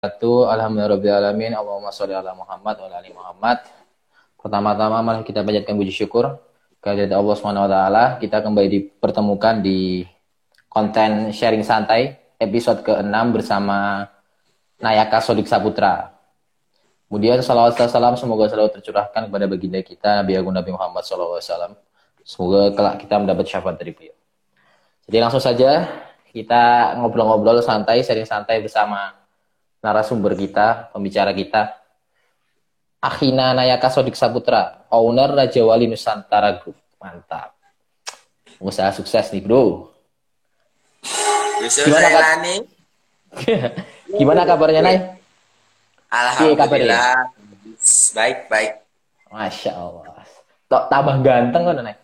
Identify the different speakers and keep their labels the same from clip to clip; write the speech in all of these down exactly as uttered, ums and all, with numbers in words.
Speaker 1: Satu, alhamdulillahirobbilalamin, Allahumma sholli ala Muhammad wa ala ali Muhammad. Pertama-tama mari kita panjatkan puji syukur kehadirat Allah subhanahu wa taala. Kita kembali dipertemukan di konten sharing santai episode keenam bersama Nayaka Sodik Saputra. Kemudian salawat dan salam semoga selalu tercurahkan kepada baginda kita Nabi Agung Nabi Muhammad shallallahu alaihi wasallam. Semoga kelak kita mendapat syafaat dari beliau. Jadi langsung saja kita ngobrol-ngobrol santai, sharing santai bersama narasumber kita, pembicara kita, Akhina Nayaka Sodik Saputra, owner Raja Wali Nusantara Group. Mantap. Pengusaha sukses nih, bro.
Speaker 2: Gimana, ka-
Speaker 1: Gimana kabarnya, Nay?
Speaker 2: Alhamdulillah. Baik, baik.
Speaker 1: Masya Allah. Tok tambah ganteng kan, Nay?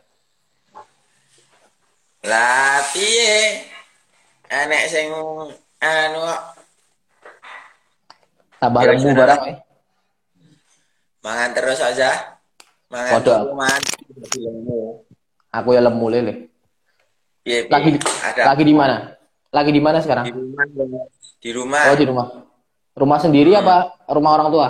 Speaker 2: Lah, piye? Enek sing anu
Speaker 1: Tambah
Speaker 2: Kira
Speaker 1: lemu
Speaker 2: gimana?
Speaker 1: barang, eh.
Speaker 2: mangan terus aja. Mangan
Speaker 1: Waduh.
Speaker 2: terus mangan lemu.
Speaker 1: Aku ya lemu lele.
Speaker 2: Piye, piye?
Speaker 1: Lagi
Speaker 2: Ada
Speaker 1: lagi di mana? Lagi di mana
Speaker 2: di
Speaker 1: sekarang?
Speaker 2: rumah. Di rumah.
Speaker 1: Oh, di rumah. Rumah sendiri
Speaker 2: Hmm.
Speaker 1: apa rumah orang tua?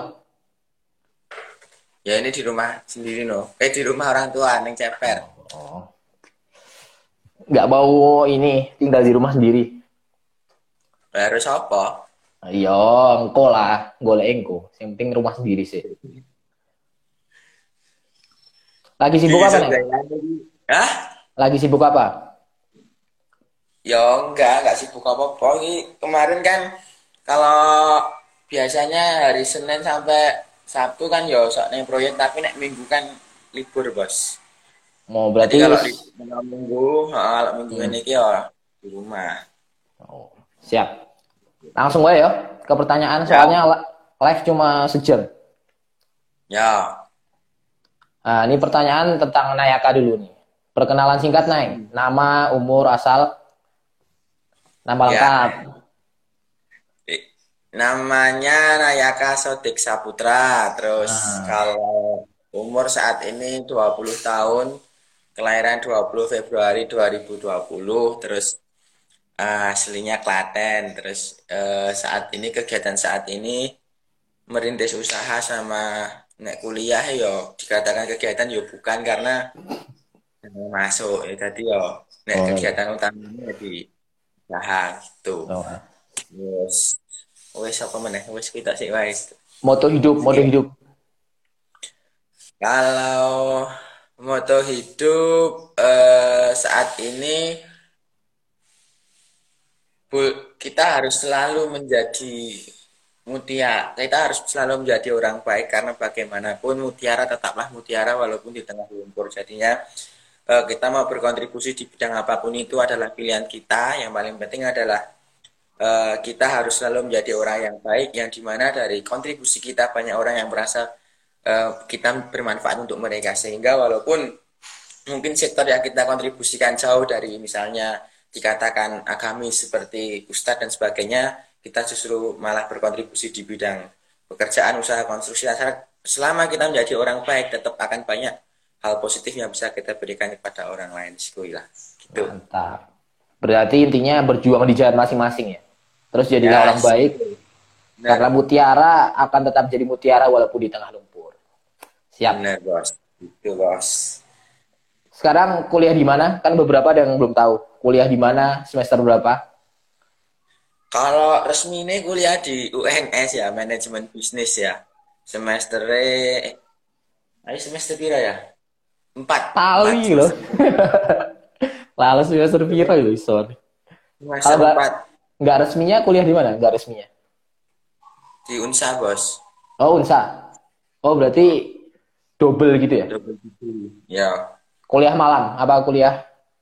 Speaker 2: Ya ini di rumah sendiri no. Eh di rumah orang tua neng Ceper.
Speaker 1: Oh. Nggak mau ini tinggal di rumah sendiri.
Speaker 2: Harus apa?
Speaker 1: Iya, engko lah, golek engko. Yang penting rumah sendiri sih. Lagi sibuk apa, Nek?
Speaker 2: Hah?
Speaker 1: Lagi sibuk apa?
Speaker 2: Ya enggak, enggak sibuk apa-apa. Ini kemarin kan kalau biasanya hari Senin sampai Sabtu kan ya sok neng proyek, tapi nek Minggu kan libur, Bos.
Speaker 1: Mau
Speaker 2: Jadi
Speaker 1: berarti
Speaker 2: kalau di kalau Minggu, ha, kalau Minggu
Speaker 1: Hmm.
Speaker 2: ini ki ya di rumah.
Speaker 1: Oh, siap. Langsung aja ya ke pertanyaan
Speaker 2: Ya.
Speaker 1: soalnya li- live cuma sejam.
Speaker 2: Ya,
Speaker 1: Nah, ini pertanyaan tentang Nayaka dulu nih. Perkenalan singkat, Nay. Nama, umur, asal, nama
Speaker 2: Ya.
Speaker 1: lengkap.
Speaker 2: I- namanya Nayaka Sodik Saputra. Terus
Speaker 1: Ah.
Speaker 2: kalau umur saat ini dua puluh tahun, kelahiran dua puluh Februari dua ribu dua puluh, terus eh, aslinya Klaten. Terus eh, saat ini kegiatan saat ini merintis usaha sama nek kuliah yo dikatakan kegiatan yo bukan karena masuk ya tadi yo nek
Speaker 1: Oh.
Speaker 2: kegiatan utamanya di usaha gitu.
Speaker 1: Oh.
Speaker 2: Wes wes apa meneh wes kita sih wes.
Speaker 1: Moto hidup, moto hidup.
Speaker 2: Kalau moto hidup eh, saat ini bu- kita harus selalu menjadi mutiara. Kita harus selalu menjadi orang baik karena bagaimanapun mutiara tetaplah mutiara walaupun di tengah lumpur. Jadinya eh, kita mau berkontribusi di bidang apapun itu adalah pilihan kita. Yang paling penting adalah eh, kita harus selalu menjadi orang yang baik, yang dimana dari kontribusi kita banyak orang yang merasa eh, kita bermanfaat untuk mereka, sehingga walaupun mungkin sektor yang kita kontribusikan jauh dari misalnya dikatakan agamis seperti ustadz dan sebagainya, kita justru malah berkontribusi di bidang pekerjaan, usaha, konstruksi. Selama kita menjadi orang baik, tetap akan banyak hal positif yang bisa kita berikan kepada orang lain. Sikuilah gitu.
Speaker 1: Mantap. Berarti intinya berjuang di jalan masing-masing ya. Terus jadilah
Speaker 2: Ya,
Speaker 1: orang baik.
Speaker 2: Benar,
Speaker 1: Karena mutiara akan tetap jadi mutiara walaupun di tengah lumpur. Siap.
Speaker 2: benar bos. Itu bos.
Speaker 1: Sekarang kuliah di mana? Kan beberapa ada yang belum tahu. Kuliah di mana? Semester berapa?
Speaker 2: Kalau resmi ini kuliah di U N S ya, manajemen bisnis ya. Semester eh ayo semester pira ya? Empat.
Speaker 1: Tali
Speaker 2: Empat.
Speaker 1: loh. Lalu semester pira loh, sorry.
Speaker 2: Semester
Speaker 1: Kalau nggak
Speaker 2: empat
Speaker 1: nggak resminya kuliah di mana? Nggak resminya.
Speaker 2: di Unsa bos.
Speaker 1: Oh, Unsa. Oh, berarti double gitu ya?
Speaker 2: Double degree. Ya.
Speaker 1: Kuliah malam apa kuliah?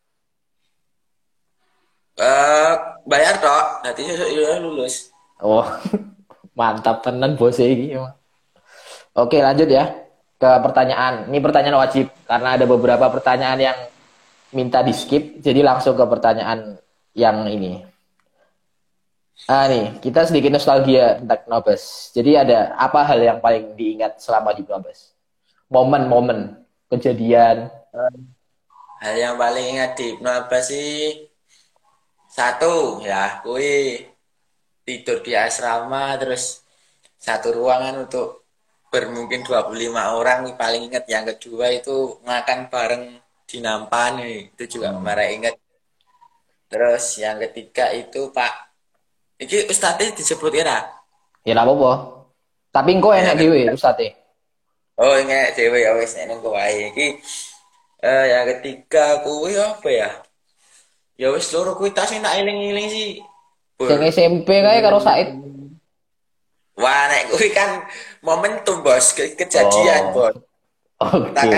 Speaker 2: Eh bayar tok, nanti ya lulus.
Speaker 1: Oh, mantap tenan bos ini. Oke, lanjut ya ke pertanyaan. Ini pertanyaan wajib karena ada beberapa pertanyaan yang minta di skip. Jadi langsung ke pertanyaan yang ini. Ah nih, kita sedikit nostalgia tentang Knobes. Jadi ada apa hal yang paling diingat selama di Knobes? Momen-momen, kejadian.
Speaker 2: Hal yang paling ingat di Ibnu Abbas sih satu ya, kui tidur di asrama, terus satu ruangan untuk bermungkin dua puluh lima orang. Paling ingat yang kedua itu makan bareng di Nampan nih. Itu juga
Speaker 1: Hmm.
Speaker 2: kemarin ingat. Terus yang ketiga itu Pak, ini Ustadznya disebut ya?
Speaker 1: Ya lah apa-apa. Tapi engko
Speaker 2: Nah,
Speaker 1: enek
Speaker 2: yang
Speaker 1: dhewe
Speaker 2: ketiga,
Speaker 1: ustate.
Speaker 2: oh ingat dewe ya wis nek nang wae iki. Eh, yang ketiga kuwi apa ya? Ya wis loro kuwi tas sing tak eling-eling sih. Ber
Speaker 1: Sing S M P kae karo Said.
Speaker 2: Wah, nek kuwi kan momentum, Bos. Ke- kejadian,
Speaker 1: Oh,
Speaker 2: Bos. Kita
Speaker 1: oke.
Speaker 2: kan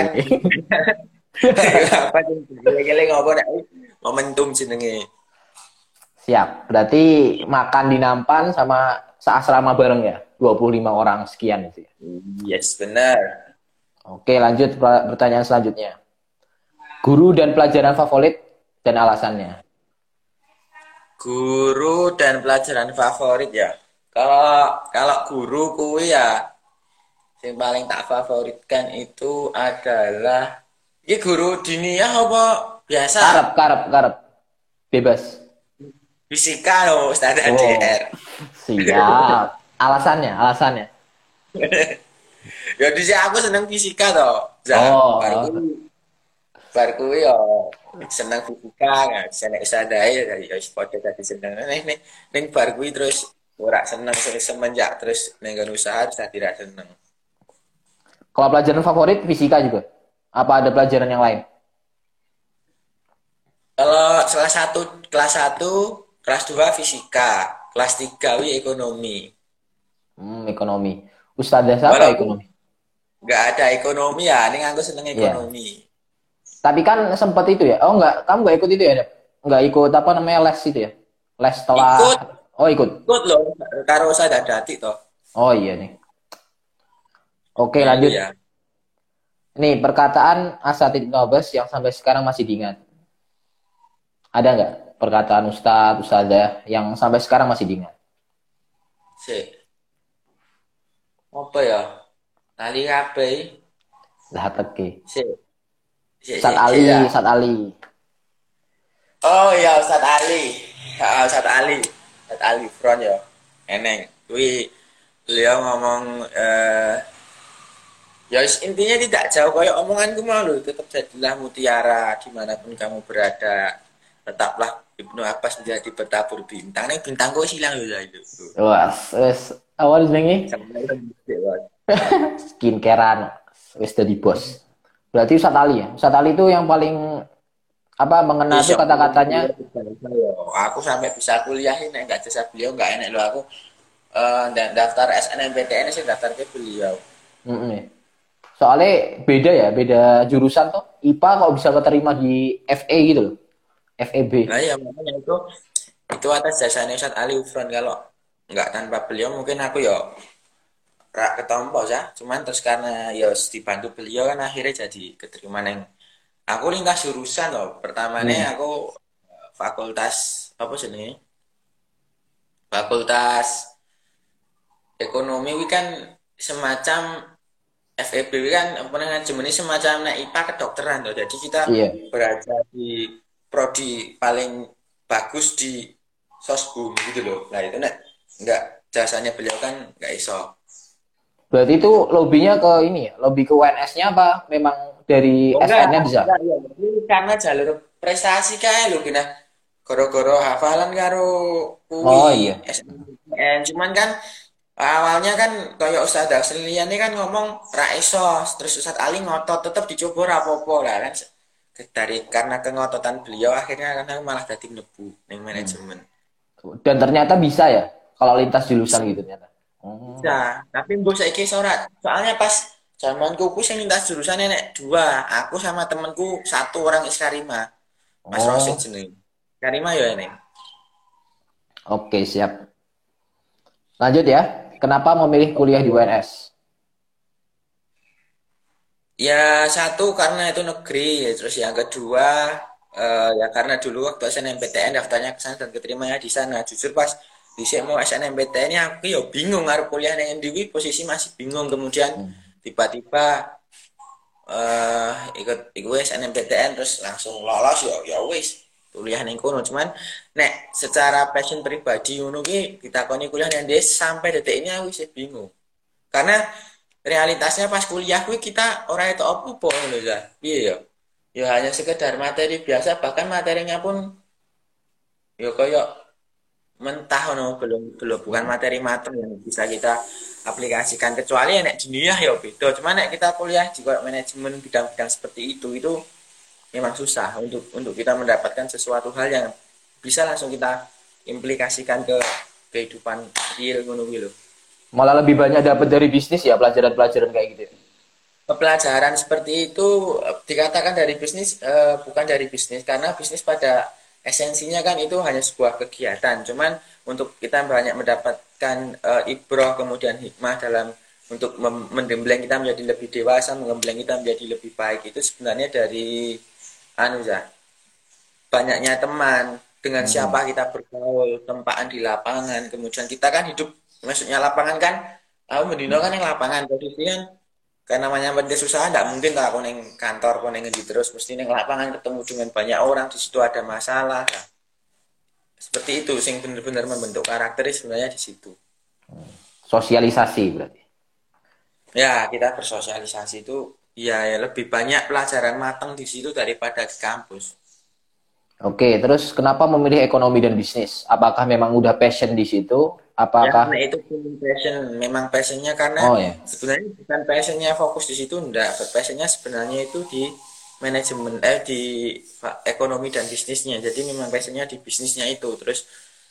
Speaker 2: apa sih? Eling-eling apa nek momentum jenenge.
Speaker 1: Siap. Berarti makan di Nampan sama seasrama bareng ya? Dua puluh lima orang sekian itu ya.
Speaker 2: Yes, benar.
Speaker 1: Oke, lanjut pertanyaan selanjutnya. Guru dan pelajaran favorit dan alasannya.
Speaker 2: Guru dan pelajaran favorit ya. Kalau kalau guru kuwi ya yang paling tak favoritkan itu adalah ini guru diniyah apa biasa?
Speaker 1: Karep, karep, karep. Bebas.
Speaker 2: Fisika loh, standar
Speaker 1: Oh,
Speaker 2: D R.
Speaker 1: siap. Alasannya, alasannya.
Speaker 2: Ya di sini aku seneng fisika toh. Zah, baru
Speaker 1: Oh,
Speaker 2: kuwi baru kuwi ya seneng fisika nggak seneng standar ya dari ya padha tadi seneng nih nih ning bar kuwi terus ora seneng semenjak terus ning nggon usaha terus dadi ra seneng.
Speaker 1: kalau pelajaran favorit fisika juga. Apa ada pelajaran yang lain?
Speaker 2: Kalau salah satu kelas satu kelas dua fisika, kelas tiga wi ekonomi.
Speaker 1: Hmm, ekonomi. Ustadzah siapa
Speaker 2: Walaupun
Speaker 1: ekonomi?
Speaker 2: nggak ada ekonomi ya, ini aku seneng
Speaker 1: Iya.
Speaker 2: ekonomi.
Speaker 1: Tapi kan sempat itu ya. Oh enggak, kamu enggak ikut itu ya, Dep? Enggak ikut apa namanya les itu ya? Les setelah
Speaker 2: Ikut,
Speaker 1: Oh, ikut.
Speaker 2: ikut loh, karo saya dadi toh.
Speaker 1: Oh iya nih. Oke,
Speaker 2: Melu
Speaker 1: lanjut.
Speaker 2: ya.
Speaker 1: Nih, perkataan Asatid Nobes yang sampai sekarang masih diingat. Ada nggak perkataan Ustadz, Ustadzah yang sampai sekarang masih diingat?
Speaker 2: Sik, apa ya? Lali kabeh.
Speaker 1: Lah teki.
Speaker 2: Sik, sik,
Speaker 1: Ustadz
Speaker 2: sik, sik
Speaker 1: Ali,
Speaker 2: ya.
Speaker 1: Ustadz Ali.
Speaker 2: Oh iya Ustaz Ali. Ya, Ustaz Ali. Ustaz Ali Front ya. Eneng. Kuwi beliau ngomong eh ya intinya tidak jauh kayak omonganku malu, tetap jadilah mutiara dimanapun kamu berada, tetaplah Ibnu Abbas menjadi bertabur bintang. Nih bintangku hilang loh itu.
Speaker 1: Wah, wes awal jenenge
Speaker 2: Sampai lembut, Bos.
Speaker 1: skincarean wes jadi bos. Berarti Ustadz Ali ya. Ustadz Ali itu yang paling apa mengena tuh
Speaker 2: Iya,
Speaker 1: kata-katanya.
Speaker 2: aku sampai bisa kuliah ini nggak jasa beliau nggak enak loh aku eh, da- daftar S N M P T N sih daftar ke beliau.
Speaker 1: Mm-mm, ya. Soalnya beda ya, beda jurusan tuh. I P A kok bisa keterima di F E gitu loh. F E B.
Speaker 2: Nah ya makanya itu itu atas jasanya Ustadz Ali Ufron. Kalau nggak tanpa beliau mungkin aku ya rak ketompo ya. Cuman terus karena ya dibantu beliau kan akhirnya jadi keterima neng. Aku lintas jurusan loh. Pertamanya
Speaker 1: Hmm.
Speaker 2: aku eh, fakultas apa sih nih? Fakultas ekonomi wi kan semacam F E B wi kan manajemen semacam nek I P A kedokteran loh. Jadi kita
Speaker 1: Iya.
Speaker 2: berada di prodi paling bagus di sosbum gitu loh. Nah itu nek nggak jasanya beliau kan nggak iso.
Speaker 1: Berarti itu lobbynya ke ini ya, lobby ke U N S-nya apa memang dari
Speaker 2: Oh enggak,
Speaker 1: S N-nya bisa?
Speaker 2: enggak ya. Ini karena jalur prestasi kae lho kena goro-goro hafalan karo
Speaker 1: Oh
Speaker 2: kuwi
Speaker 1: iya.
Speaker 2: S N M P T N. Cuman kan awalnya kan kayak Ustadz Aslian ini kan ngomong ra iso, terus Ustadz Ali ngotot tetap dicoba ra apa-apa lah kan. Dari karena kengototan beliau akhirnya kan aku malah jadi mlebu ning
Speaker 1: Hmm.
Speaker 2: manajemen.
Speaker 1: Dan ternyata bisa ya kalau lintas jurusan gitu ternyata. Oh.
Speaker 2: Bisa, tapi mbok saiki ora. Soalnya pas zamanku ku sing lintas jurusan nek dua, aku sama temenku satu orang Iskarima. Mas Rosid
Speaker 1: Oh,
Speaker 2: jeneng. Karima ya ini.
Speaker 1: oke siap. Lanjut ya. Kenapa memilih kuliah di U N S?
Speaker 2: Ya satu karena itu negeri, terus yang kedua eh, ya karena dulu waktu S N M P T N daftarnya ke sana dan keterimanya di sana. Jujur pas di mau S N M P T N ya aku ya bingung harus kuliah yang di posisi masih bingung. Kemudian
Speaker 1: Hmm.
Speaker 2: tiba-tiba eh ikut ikut S N M P T N terus langsung lolos ya ya wis kuliah ning kono. Cuman nek secara passion pribadi ngono ki ditakoni kuliah nang Des sampai detik ini aku isih bingung. Karena realitasnya pas kuliah kuwi kita ora itu apa-apa ngono ya. Piye ya? Ya hanya sekedar materi biasa, bahkan materinya pun ya kayak mentah no, belum belum bukan materi mateng yang bisa kita aplikasikan, kecuali nek dunia ya beda. Cuma nek kita kuliah juga manajemen bidang-bidang seperti itu itu memang susah untuk untuk kita mendapatkan sesuatu hal yang bisa langsung kita implikasikan ke kehidupan real ngono kuwi lho.
Speaker 1: Malah lebih banyak dapat dari bisnis ya, pelajaran-pelajaran kayak gitu.
Speaker 2: Pelajaran seperti itu dikatakan dari bisnis, eh, bukan dari bisnis, karena bisnis pada esensinya kan itu hanya sebuah kegiatan. Cuman untuk kita banyak mendapatkan eh, ibroh kemudian hikmah dalam untuk mendembleng kita menjadi lebih dewasa, menggembleng kita menjadi lebih baik, itu sebenarnya dari anu ya, banyaknya teman, dengan
Speaker 1: Hmm.
Speaker 2: siapa kita bergaul, tempaan di lapangan. Kemudian kita kan hidup, maksudnya lapangan kan, aku mendino kan yang lapangan posisi kan, karena namanya benda susah, tidak mungkin tak aku neng kantor, aku neng ngendi terus, mesti neng lapangan ketemu dengan banyak orang, di situ ada masalah. Nah, seperti itu, sing benar-benar membentuk karakter sebenarnya di situ.
Speaker 1: Sosialisasi berarti.
Speaker 2: Ya, kita bersosialisasi itu, ya, ya lebih banyak pelajaran matang di situ daripada di kampus.
Speaker 1: Oke, terus kenapa memilih ekonomi dan bisnis? Apakah memang udah passion di situ?
Speaker 2: Ya, karena
Speaker 1: Apakah
Speaker 2: itu passion, memang passionnya karena
Speaker 1: oh ya.
Speaker 2: sebenarnya bukan passionnya fokus di situ, enggak. Passionnya sebenarnya itu di manajemen, eh di ekonomi dan bisnisnya. Jadi memang passionnya di bisnisnya itu. Terus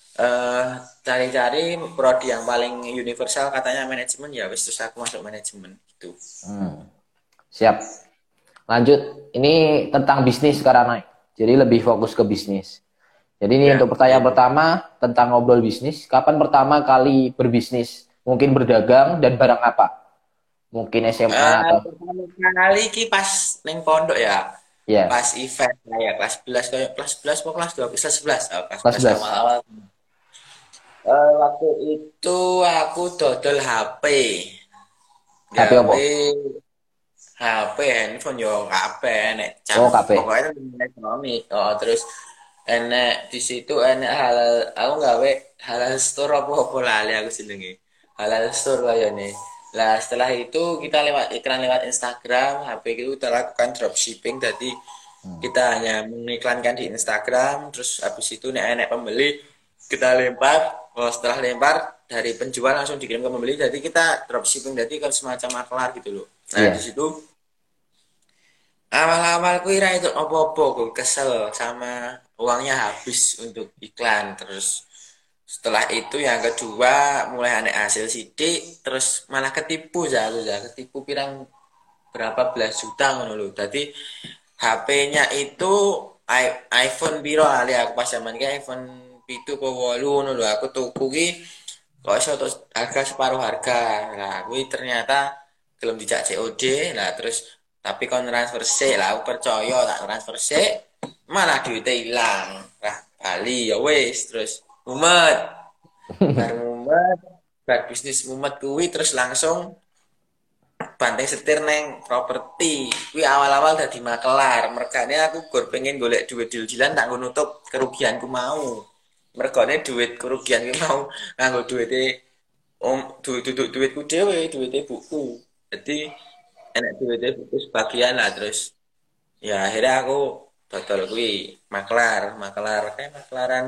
Speaker 2: eh cari-cari prodi yang paling universal katanya manajemen, ya wis terus aku masuk manajemen gitu.
Speaker 1: Hmm. Siap. Lanjut. Ini tentang bisnis sekarang naik. Jadi lebih fokus ke bisnis. Jadi ini
Speaker 2: Ya,
Speaker 1: untuk pertanyaan
Speaker 2: ya.
Speaker 1: pertama tentang ngobrol bisnis. Kapan pertama kali berbisnis? Mungkin berdagang dan barang apa? Mungkin S M A
Speaker 2: Eh,
Speaker 1: atau
Speaker 2: pertama kali ki pas neng pondok ya.
Speaker 1: ya,
Speaker 2: Pas event kayak kelas sebelas, kayak kelas sebelas atau kelas dua belas, kelas sebelas, oh, kelas
Speaker 1: kelas
Speaker 2: sebelas
Speaker 1: sebelas.
Speaker 2: awal-awal. Eh, waktu itu aku dodol H P.
Speaker 1: H P
Speaker 2: Gawe
Speaker 1: apa?
Speaker 2: H P handphone yo kabeh nek jam
Speaker 1: Oh, K P.
Speaker 2: pokoknya ekonomi. Oh, terus enek di situ enek halal, aku gawe halal store apa-apa lali aku jenenge. Halal store kayaknya. Lah setelah itu kita lewat iklan lewat Instagram, H P itu kita lakukan dropshipping, jadi
Speaker 1: Hmm.
Speaker 2: kita hanya mengiklankan di Instagram, terus habis itu nek enek pembeli kita lempar. Oh, setelah lempar dari penjual langsung dikirim ke pembeli, jadi kita dropshipping, jadi kan semacam maklar gitu loh. Nah di
Speaker 1: Iya.
Speaker 2: situ awal-awal ku ira itu opo-opo, ku kesel sama uangnya habis untuk iklan. Terus setelah itu yang kedua mulai aneh hasil sidik, terus malah ketipu ya, aku ya ketipu pirang berapa belas juta ngono lho. Jadi H P-nya itu i- iPhone piro ali aku pas zaman ki iPhone pitu apa wolu ngono lho. Aku tuku ki kok iso terus harga separuh harga. Nah, kuwi ternyata belum dijak C O D. Nah, terus tapi kon transfer sik lah, aku percaya tak transfer sik, malah duitnya hilang. Nah, Bali ya wis, terus mumet. Bar mumet, bar bisnis mumet kuwi terus langsung banting setir neng properti. Kuwi awal-awal dadi makelar. Mergane aku gur pengen golek duit deal-dealan tak nggo nutup kerugianku mau. Mergane duit kerugianku mau nganggo duite om duit duit duitku dhewe, duite buku. Jadi enek duite buku sebagian lah, terus ya akhirnya aku dodol kuwi maklar, maklar kayak maklaran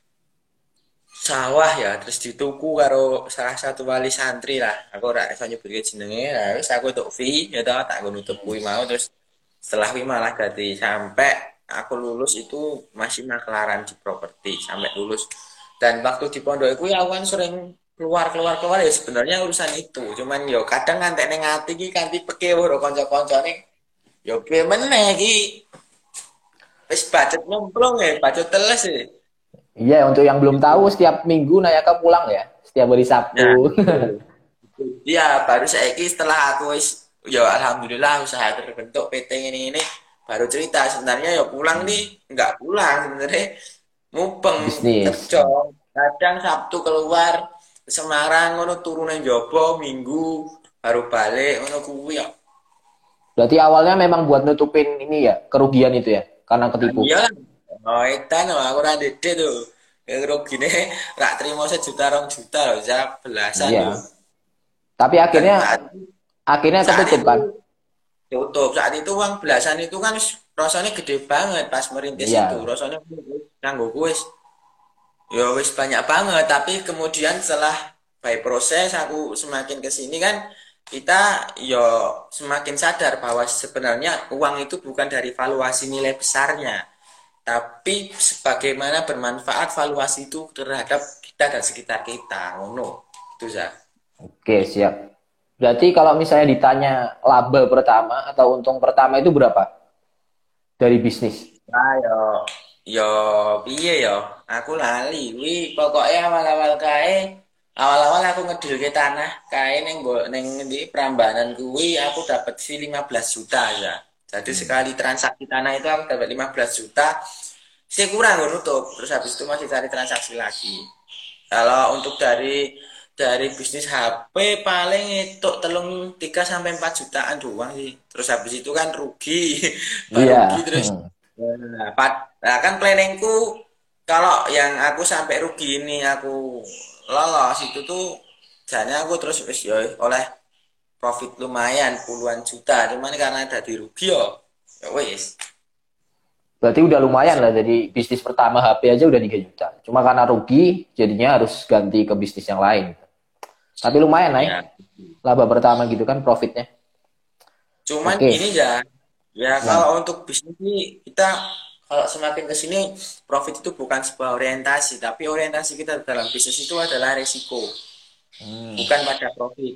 Speaker 2: sawah ya, terus dituku karo salah satu wali santri lah, aku ora iso nyebutke jenenge. Lah wis aku tuk fee ya tau tak nggo nutup kuwi mau. Terus setelah kuwi malah ganti sampai aku lulus itu masih maklaran di properti sampai lulus. Dan waktu di pondok iku ya aku kan sering keluar keluar keluar ya, sebenarnya urusan itu. Cuman yo kadang ngantek ning ati iki kanthi pekewo karo kanca-kancane. Yo piye meneh iki, wis budget nyemplung ya, budget teles ya.
Speaker 1: Iya, untuk yang belum
Speaker 2: Gitu.
Speaker 1: tahu setiap minggu Nayaka pulang ya, setiap hari Sabtu.
Speaker 2: Nah, betul. Iya, baru saiki setelah aku wis ya alhamdulillah usaha terbentuk P T ini ini baru cerita sebenarnya ya pulang
Speaker 1: Hmm.
Speaker 2: nih nggak pulang sebenarnya, mupeng
Speaker 1: Bisnis.
Speaker 2: kerja kadang Sabtu keluar ke Semarang ngono turun nang Jobo Minggu baru balik ngono kuwi ya.
Speaker 1: Berarti awalnya memang buat nutupin ini ya, kerugian itu ya, karena
Speaker 2: Nah,
Speaker 1: ketipu.
Speaker 2: iya Oh, edan loh, aku ora ndek tuh. Yang rugine rak terima sejuta rong juta loh, saya belasan loh.
Speaker 1: Iya. Tapi
Speaker 2: Dan
Speaker 1: akhirnya
Speaker 2: saat
Speaker 1: akhirnya
Speaker 2: saat
Speaker 1: ketutup
Speaker 2: itu
Speaker 1: kan?
Speaker 2: tutup. Saat itu uang belasan itu kan rasanya gede banget pas merintis itu.
Speaker 1: Iya.
Speaker 2: Rasanya nganggo wis ya wis banyak banget, tapi kemudian setelah by proses aku semakin ke sini kan kita yo semakin sadar bahwa sebenarnya uang itu bukan dari valuasi nilai besarnya, tapi sebagaimana bermanfaat valuasi itu terhadap kita dan sekitar kita. Ngono. Itu ya.
Speaker 1: Oke, siap. Berarti kalau misalnya ditanya laba pertama atau untung pertama itu berapa dari bisnis?
Speaker 2: Nah, yo yo piye yo? Aku lali. Wi pokoknya awal-awal kae awal-awal aku ngedilke tanah kae ning nggo- ning ndi Prambanan kuwi aku dapat fee lima belas juta ya. Jadi
Speaker 1: Hmm.
Speaker 2: sekali transaksi tanah itu aku dapat lima belas juta. Sih kurang gue nutup. Terus habis itu masih cari transaksi lagi. Kalau untuk dari dari bisnis H P paling itu telung tiga sampai empat jutaan doang sih. Terus habis itu kan rugi. Baru rugi
Speaker 1: Iya.
Speaker 2: terus.
Speaker 1: Hmm.
Speaker 2: Nah, pad- nah, kan planningku kalau yang aku sampai rugi ini aku lolos itu tuh jadinya aku terus wis yo oleh profit lumayan puluhan juta cuman karena ada di rugi yo ya wis.
Speaker 1: Berarti udah lumayan lah, jadi bisnis pertama H P aja udah tiga juta. Cuma karena rugi jadinya harus ganti ke bisnis yang lain. Tapi lumayan lah,
Speaker 2: Ya
Speaker 1: laba pertama gitu kan profitnya.
Speaker 2: cuman
Speaker 1: Oke.
Speaker 2: gini ya ya kalau
Speaker 1: Nah.
Speaker 2: untuk bisnis ini kita kalau semakin ke sini profit itu bukan sebuah orientasi tapi orientasi kita dalam bisnis itu adalah resiko
Speaker 1: Hmm.
Speaker 2: bukan pada profit.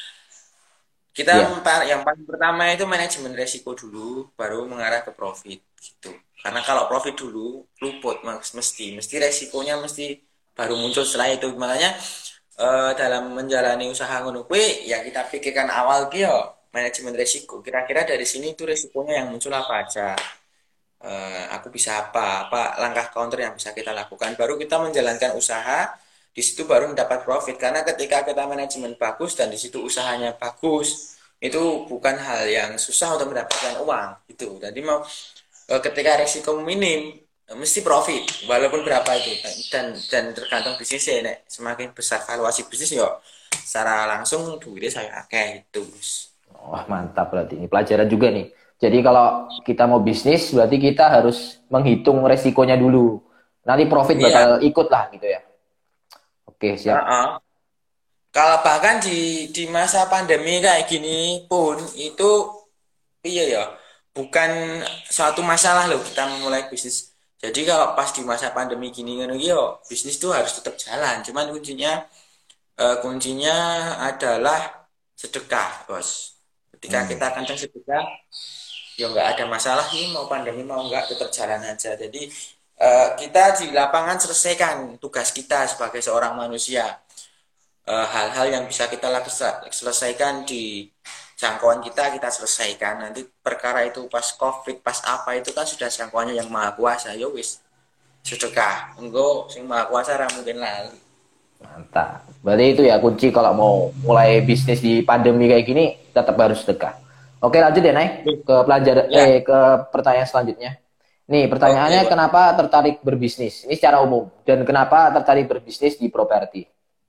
Speaker 2: Kita
Speaker 1: Iya.
Speaker 2: yang paling pertama itu manajemen resiko dulu, baru mengarah ke profit gitu. Karena kalau profit dulu luput mas mesti mesti resikonya mesti baru muncul setelah itu. Makanya eh, dalam menjalani usaha ngono kuwi yang kita pikirkan awal ki yo manajemen resiko. Kira-kira dari sini itu resikonya yang muncul apa aja. Eh, aku bisa apa, apa langkah counter yang bisa kita lakukan. Baru kita menjalankan usaha, di situ baru mendapat profit. Karena ketika kita manajemen bagus dan di situ usahanya bagus, itu bukan hal yang susah untuk mendapatkan uang. Itu. Jadi mau eh, ketika risiko minim, eh, mesti profit, walaupun berapa itu. Dan dan tergantung bisnisnya. Nek. Semakin besar valuasi bisnis, yo secara langsung duitnya saya akeh itu.
Speaker 1: Wah, mantap berarti. Ini pelajaran juga nih. Jadi kalau kita mau bisnis, berarti kita harus menghitung resikonya dulu. Nanti profit
Speaker 2: Iya.
Speaker 1: bakal ikut lah gitu ya. Oke, siap.
Speaker 2: Uh-uh. Kalau bahkan di di masa pandemi kayak gini pun itu iya ya bukan suatu masalah loh kita memulai bisnis. Jadi kalau pas di masa pandemi gini kan yo bisnis tuh harus tetap jalan. Cuman kuncinya eh, kuncinya adalah sedekah, Bos. Ketika
Speaker 1: Hmm.
Speaker 2: kita akan sedekah, ya nggak ada masalah sih mau pandemi mau nggak tetap jalan aja. Jadi eh, kita di lapangan selesaikan tugas kita sebagai seorang manusia eh, hal-hal yang bisa kita selesaikan di jangkauan kita kita selesaikan nanti perkara itu pas covid pas apa itu kan sudah jangkauannya yang maha kuasa ya wis sedekah enggak sing maha kuasa ra mungkin lali.
Speaker 1: Mantap. Berarti itu ya kunci kalau mau mulai bisnis di pandemi kayak gini, tetap harus sedekah. Oke, lanjut ya, Nay. Ke pelajaran
Speaker 2: Ya
Speaker 1: eh ke pertanyaan selanjutnya. Nih,
Speaker 2: oke
Speaker 1: pertanyaannya
Speaker 2: Bos.
Speaker 1: kenapa tertarik berbisnis? Ini secara umum. Dan kenapa tertarik berbisnis di properti?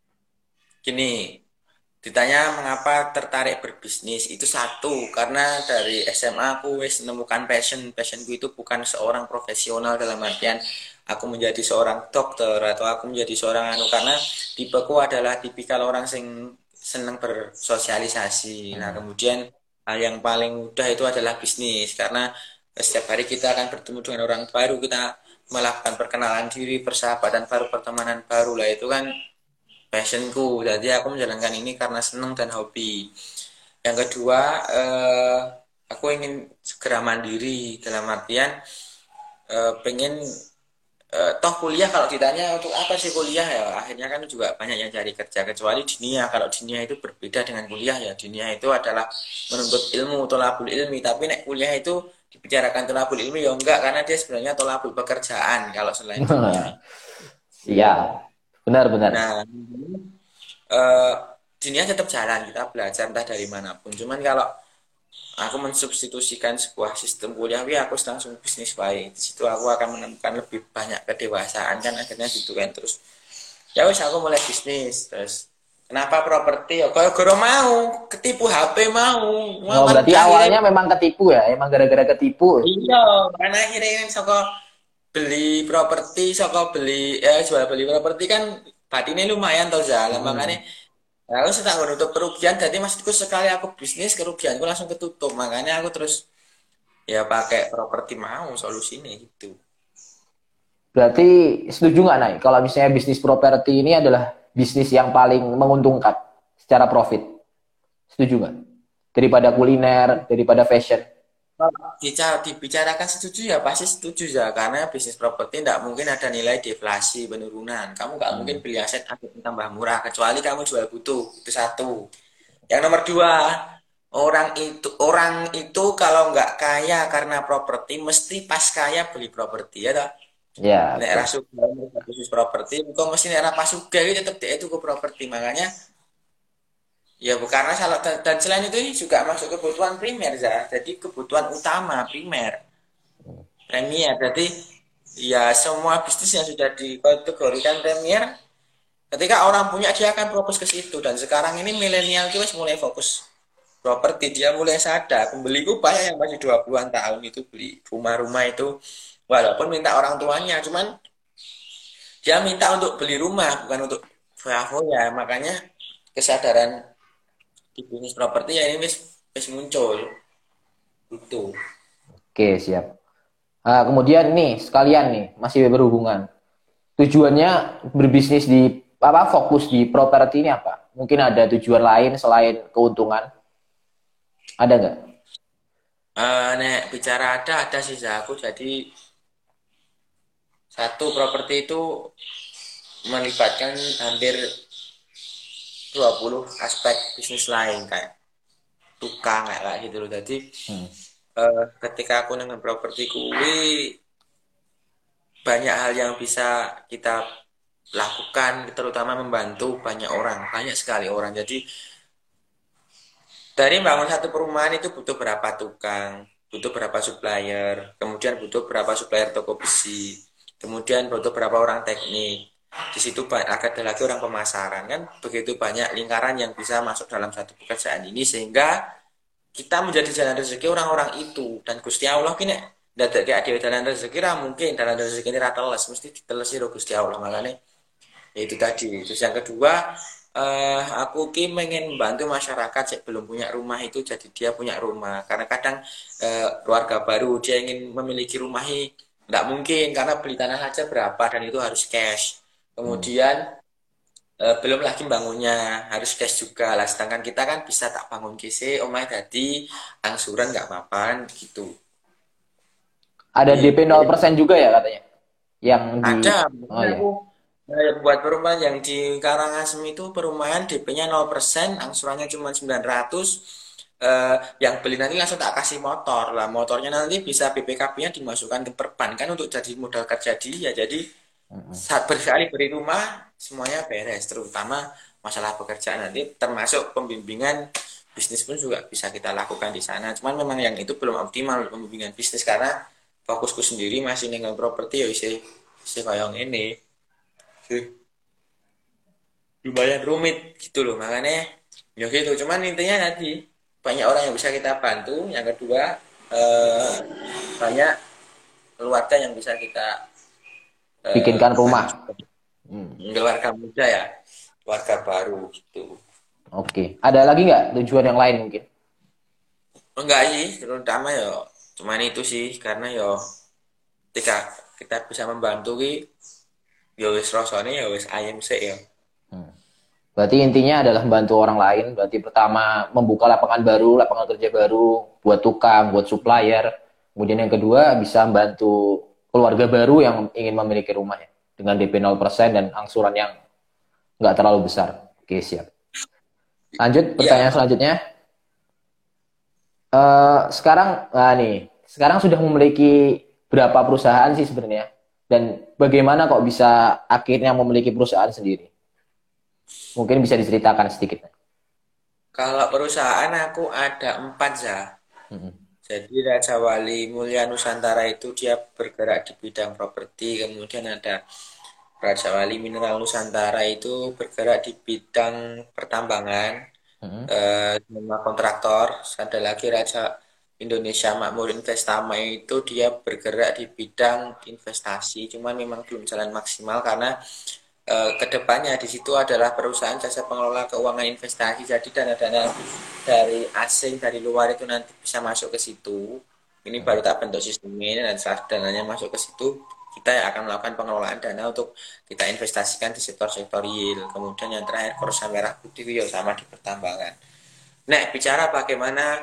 Speaker 2: Gini ditanya mengapa tertarik berbisnis itu satu karena dari S M A aku wis menemukan passion passionku itu bukan seorang profesional dalam artian aku menjadi seorang dokter atau aku menjadi seorang anu karena tipeku adalah tipikal orang sing seneng bersosialisasi. Nah
Speaker 1: Hmm.
Speaker 2: kemudian hal yang paling mudah itu adalah bisnis karena setiap hari kita akan bertemu dengan orang baru kita melakukan perkenalan diri persahabatan baru pertemanan baru lah itu kan passionku jadi aku menjalankan ini karena senang dan hobi yang kedua eh, aku ingin segera mandiri dalam artian eh, pengen eh, toh kuliah kalau ditanya untuk apa sih kuliah ya akhirnya kan juga banyak yang cari kerja kecuali dunia kalau dunia itu berbeda dengan kuliah ya dunia itu adalah menuntut ilmu tolabul ilmi tapi nek kuliah itu dibicarakan tolabul ilmi ya enggak karena dia sebenarnya tolabul pekerjaan kalau selain dunia.
Speaker 1: Iya, benar-benar.
Speaker 2: Nah, eh, dunia tetap jalan kita belajar entah dari manapun. Cuman kalau aku mensubstitusikan sebuah sistem kuliah, ya aku langsung bisnis baik. Di situ aku akan menemukan lebih banyak kedewasaan kan akhirnya gitu kan. Terus ya wis aku mulai bisnis. Terus kenapa properti? Ya kalau goro mau ketipu H P mau. Mau
Speaker 1: Oh,
Speaker 2: kan
Speaker 1: berarti
Speaker 2: akhirnya
Speaker 1: awalnya memang ketipu ya, emang gara-gara ketipu.
Speaker 2: iya, karena akhirnya kan soko beli properti, soko beli eh jual beli properti kan batinnya lumayan tau jalan
Speaker 1: Hmm.
Speaker 2: makanya ya aku tak menutup kerugian. Jadi maksudku sekali aku bisnis kerugianku langsung ketutup. Makanya aku terus ya pakai properti mau solusinya gitu.
Speaker 1: Berarti setuju nggak, Nay? Kalau misalnya bisnis properti ini adalah bisnis yang paling menguntungkan secara profit. Setuju nggak? Daripada kuliner, daripada fashion.
Speaker 2: Bicara dibicarakan setuju ya pasti setuju ya karena bisnis properti tidak mungkin ada nilai deflasi penurunan. Kamu nggak mungkin
Speaker 1: Hmm.
Speaker 2: beli aset aset tambah murah kecuali kamu jual butuh itu satu. Yang nomor dua, orang itu orang itu kalau nggak kaya karena properti mesti pas kaya beli properti ya toh.
Speaker 1: Ya,
Speaker 2: Nek
Speaker 1: betul.
Speaker 2: rasu bisnis properti, kok mesti nek ra pas juga itu tetap dia itu ke properti. Makanya ya bu- karena salah dan, dan selain itu ini juga masuk kebutuhan primer ya. Jadi kebutuhan utama primer, premier. Jadi ya semua bisnis yang sudah dikategorikan premier, ketika orang punya dia akan fokus ke situ. Dan sekarang ini milenial itu wis mulai fokus properti, dia mulai sadar pembeliku banyak yang masih dua puluhan tahun itu beli rumah-rumah itu walaupun minta orang tuanya, cuman dia minta untuk beli rumah bukan untuk foya-foya. Makanya kesadaran di bisnis properti ya ini wis wis muncul itu.
Speaker 1: Oke, siap. Nah, kemudian nih, sekalian nih, masih berhubungan. Tujuannya berbisnis di, apa, fokus di properti ini apa? Mungkin ada tujuan lain selain keuntungan? Ada nggak?
Speaker 2: Uh, nek bicara ada ada sih aku jadi satu properti itu melibatkan hampir dua puluh aspek bisnis lain kayak tukang kayak kayak gitu loh. Jadi
Speaker 1: Hmm.
Speaker 2: eh, ketika aku dengan properti kuwi banyak hal yang bisa kita lakukan terutama membantu banyak orang, banyak sekali orang. Jadi dari bangun satu perumahan itu butuh berapa tukang, butuh berapa supplier, kemudian butuh berapa supplier toko besi, kemudian butuh berapa orang teknik. Di situ ada lagi orang pemasaran kan begitu banyak lingkaran yang bisa masuk dalam satu pekerjaan ini sehingga kita menjadi jalan rezeki orang-orang itu dan Gusti Allah kini dadak kayak ada jalan rezeki ra mungkin jalan rezeki ini rata les mesti ditelesi ro Gusti Allah makanya ya itu tadi. Terus yang kedua eh, aku ki pengen membantu masyarakat yang belum punya rumah itu jadi dia punya rumah karena kadang eh, keluarga baru dia ingin memiliki rumah ini tidak mungkin karena beli tanah saja berapa dan itu harus cash
Speaker 1: Hmm.
Speaker 2: kemudian eh, belum lagi bangunnya harus cash juga lah sedangkan kita kan bisa tak bangun kisi omah tadi angsuran nggak apa-apa gitu.
Speaker 1: Ada
Speaker 2: Jadi
Speaker 1: D P nol persen juga ya katanya? Yang di,
Speaker 2: ada,
Speaker 1: oh
Speaker 2: makanya
Speaker 1: ya.
Speaker 2: aku eh, buat perumahan yang di Karangasem itu perumahan D P-nya nol persen, angsurannya cuma sembilan ratus. Eh, yang beli nanti langsung tak kasih motor lah. Motornya nanti bisa B P K B-nya dimasukkan ke perbankan untuk jadi modal kerja dia. Jadi
Speaker 1: Hmm.
Speaker 2: saat berkali beri rumah semuanya beres, terutama masalah pekerjaan nanti termasuk pembimbingan bisnis pun juga bisa kita lakukan di sana. Cuman memang yang itu belum optimal pembimbingan bisnis karena fokusku sendiri masih ninggal properti ya isi isi kayak ini sih lumayan rumit gitu loh makanya ya gitu cuman intinya tadi banyak orang yang bisa kita bantu yang kedua eh, banyak keluarga yang bisa kita eh,
Speaker 1: Bikinkan rumah.
Speaker 2: bantu
Speaker 1: Hmm.
Speaker 2: keluarga muda ya keluarga baru gitu.
Speaker 1: Oke. Ada lagi nggak tujuan yang lain mungkin?
Speaker 2: Enggak sih terutama ya cuman itu sih karena ya ketika kita bisa membantu ki ya wis rasane ya wis ayem sih ya.
Speaker 1: Hmm. Berarti intinya adalah membantu orang lain. Berarti pertama membuka lapangan baru, lapangan kerja baru buat tukang, buat supplier. Kemudian yang kedua bisa membantu keluarga baru yang ingin memiliki rumah ya. Dengan D P nol persen dan angsuran yang nggak terlalu besar. Oke, siap. Lanjut
Speaker 2: Iya,
Speaker 1: pertanyaan selanjutnya. Eh, sekarang, nah nih, sekarang sudah memiliki berapa perusahaan sih sebenarnya? Dan bagaimana kok bisa akhirnya memiliki perusahaan sendiri? Mungkin bisa diceritakan sedikit.
Speaker 2: kalau perusahaan aku ada empat ya.
Speaker 1: Mm-mm.
Speaker 2: Jadi Raja Wali Mulia Nusantara itu dia bergerak di bidang properti, kemudian ada Raja Wali Mineral Nusantara itu bergerak di bidang pertambangan,
Speaker 1: Mm-mm.
Speaker 2: eh, sama kontraktor. Ada lagi Raja Indonesia Makmur Investama itu dia bergerak di bidang investasi, cuman memang belum jalan maksimal karena eh, kedepannya di situ adalah perusahaan jasa pengelola keuangan investasi. Jadi dana-dana dari asing dari luar itu nanti bisa masuk ke situ. Ini baru tak bentuk sistemnya dan setelah dananya masuk ke situ kita akan melakukan pengelolaan dana untuk kita investasikan di sektor-sektor real. Kemudian yang terakhir kursa merah putih ya sama di pertambangan. Nah, bicara bagaimana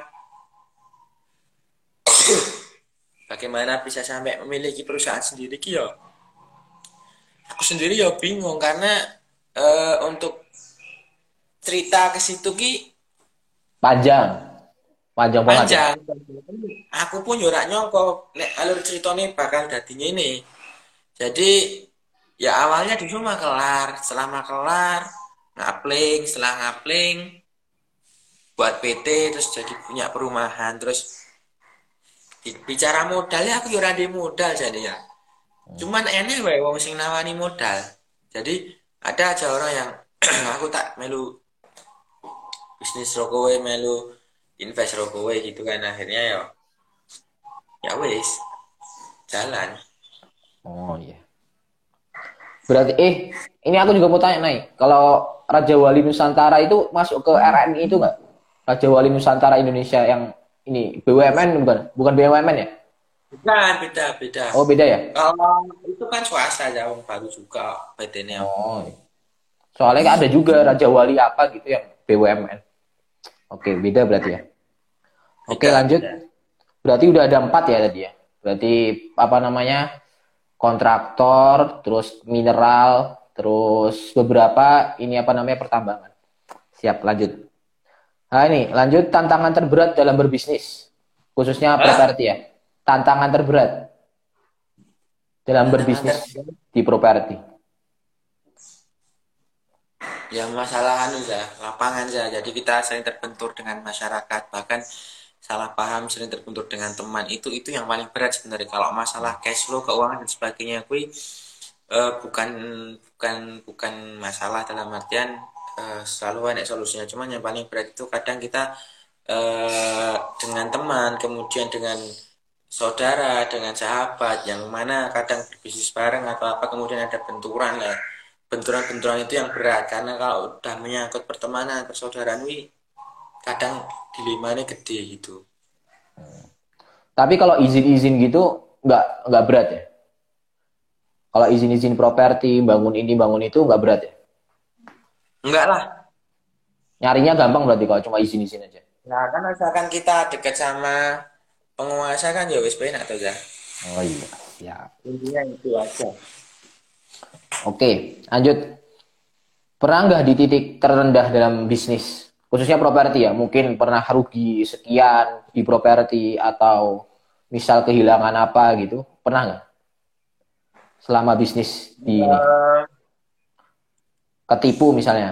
Speaker 2: bagaimana bisa sampai memiliki perusahaan sendiri ya. Aku sendiri ya bingung karena eh, untuk cerita ke situ ki
Speaker 1: Panjang, panjang banget ya.
Speaker 2: panjang. Aku pun yo ora nyangka nek alur ceritane bakal dadinya ini. Jadi ya awalnya di rumah kelar, setelah makelar, ngapling, setelah ngapling buat P T terus jadi punya perumahan terus bicara modalnya aku yo ora ndek modal jadi ya. Cuman enek wae wong sing nawani modal. Jadi ada aja orang yang aku tak melu bisnis rokowe melu invest rokowe gitu kan akhirnya ya ya wis jalan.
Speaker 1: Oh iya. Berarti eh ini aku juga mau tanya nih. Kalau Raja Wali Nusantara itu masuk ke R M I itu nggak? Raja Wali Nusantara Indonesia yang ini B U M N bukan? Bukan B U M N ya?
Speaker 2: Bukan, beda, beda.
Speaker 1: Oh beda ya?
Speaker 2: Kalau itu kan swasta ya, wong baru juga P T-nya.
Speaker 1: Oh, iya. Soalnya kan ada juga Raja Wali apa gitu yang B U M N. Oke, beda berarti ya. Oke,
Speaker 2: Beda,
Speaker 1: lanjut.
Speaker 2: beda.
Speaker 1: Berarti udah ada empat ya tadi ya. Berarti apa namanya? Kontraktor, terus mineral, terus beberapa ini apa namanya pertambangan. Siap, lanjut. Nah ini, lanjut tantangan terberat dalam berbisnis. Khususnya
Speaker 2: Hah?
Speaker 1: properti ya. Tantangan terberat dalam
Speaker 2: Tantangan
Speaker 1: berbisnis
Speaker 2: terberat.
Speaker 1: di properti.
Speaker 2: Ya masalah anu ya, lapangan ya. Jadi kita sering terbentur dengan masyarakat, bahkan salah paham sering terbentur dengan teman. Itu itu yang paling berat sebenarnya. Kalau masalah cash flow, keuangan dan sebagainya, kui eh, bukan bukan bukan masalah dalam artian eh, selalu ada solusinya. Cuman yang paling berat itu kadang kita eh, dengan teman, kemudian dengan saudara, dengan sahabat, yang mana kadang berbisnis bareng atau apa, kemudian ada benturan lah. Benturan-benturan itu yang berat, karena kalau udah menyangkut pertemanan, persaudaraan, wih, kadang dilemanya gede gitu.
Speaker 1: Tapi kalau izin-izin gitu nggak nggak berat ya. Kalau izin-izin properti, bangun ini, bangun itu nggak berat ya.
Speaker 2: Enggak lah,
Speaker 1: Nyarinya gampang berarti kalau cuma izin-izin aja.
Speaker 2: nah kan asalkan kita dekat sama penguasa kan ya wis penak tuh ya.
Speaker 1: Oh iya, siap.
Speaker 2: Intinya itu aja.
Speaker 1: Oke, lanjut. Pernah nggak di titik terendah dalam bisnis? Khususnya properti ya, mungkin pernah rugi sekian di properti atau misal kehilangan apa gitu. Pernah nggak? Selama bisnis di ini.
Speaker 2: Eh,
Speaker 1: Ketipu misalnya.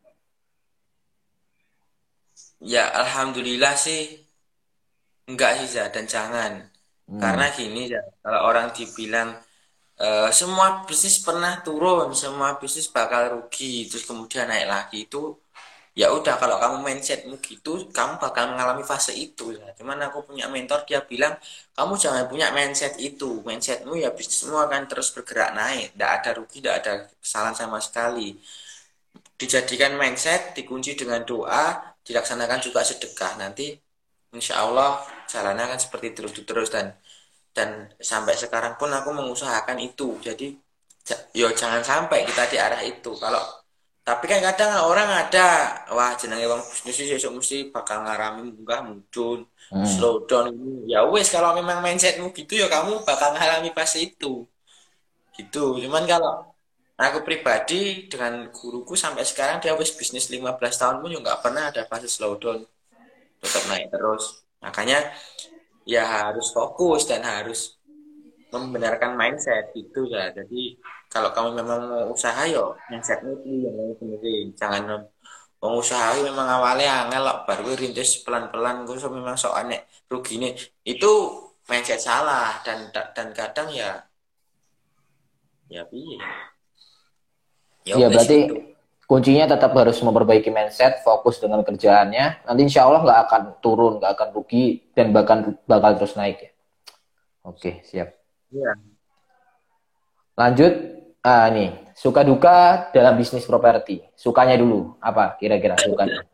Speaker 2: ya alhamdulillah sih enggak sih ya dan jangan. Karena
Speaker 1: Hmm.
Speaker 2: gini ya, kalau orang dibilang eh, semua bisnis pernah turun, semua bisnis bakal rugi, terus kemudian naik lagi itu ya udah kalau kamu mindsetmu gitu, kamu bakal mengalami fase itu ya. Cuman aku punya mentor dia bilang kamu jangan punya mindset itu, mindsetmu ya bisnismu akan terus bergerak naik, tidak ada rugi, tidak ada kesalahan sama sekali. Dijadikan mindset, dikunci dengan doa, dilaksanakan juga sedekah nanti, insya Allah jalannya akan seperti terus-terus dan dan sampai sekarang pun aku mengusahakan itu jadi yo jangan sampai kita di arah itu kalau tapi kan kadang orang ada wah jenenge wong bisnis sih mesti bakal ngalami munggah mudun
Speaker 1: Hmm.
Speaker 2: slow down ini ya wes kalau memang mindsetmu gitu ya kamu bakal ngalami fase itu gitu cuman kalau aku pribadi dengan guruku sampai sekarang dia wes bisnis lima belas tahun pun juga nggak pernah ada fase slow down tetap naik terus makanya ya harus fokus dan harus membenarkan mindset itu ya. Jadi kalau kamu memang mau usaha yo mindsetmu itu yang paling penting. Jangan pengusaha memang awalnya angel lah, baru rintis pelan-pelan gue so memang soalnya rugi nih itu mindset salah dan dan kadang ya ya piye ya
Speaker 1: Iya,
Speaker 2: wes
Speaker 1: berarti
Speaker 2: gitu.
Speaker 1: kuncinya tetap harus memperbaiki mindset, fokus dengan kerjaannya. Nanti insya Allah nggak akan turun, nggak akan rugi, dan bahkan bakal terus naik ya. Oke, siap.
Speaker 2: Iya.
Speaker 1: Lanjut, ah, nih, suka duka dalam bisnis properti. Sukanya dulu, apa kira-kira sukanya?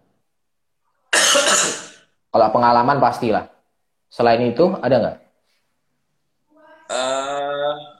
Speaker 1: Kalau pengalaman pastilah. Selain itu, ada nggak?
Speaker 2: eh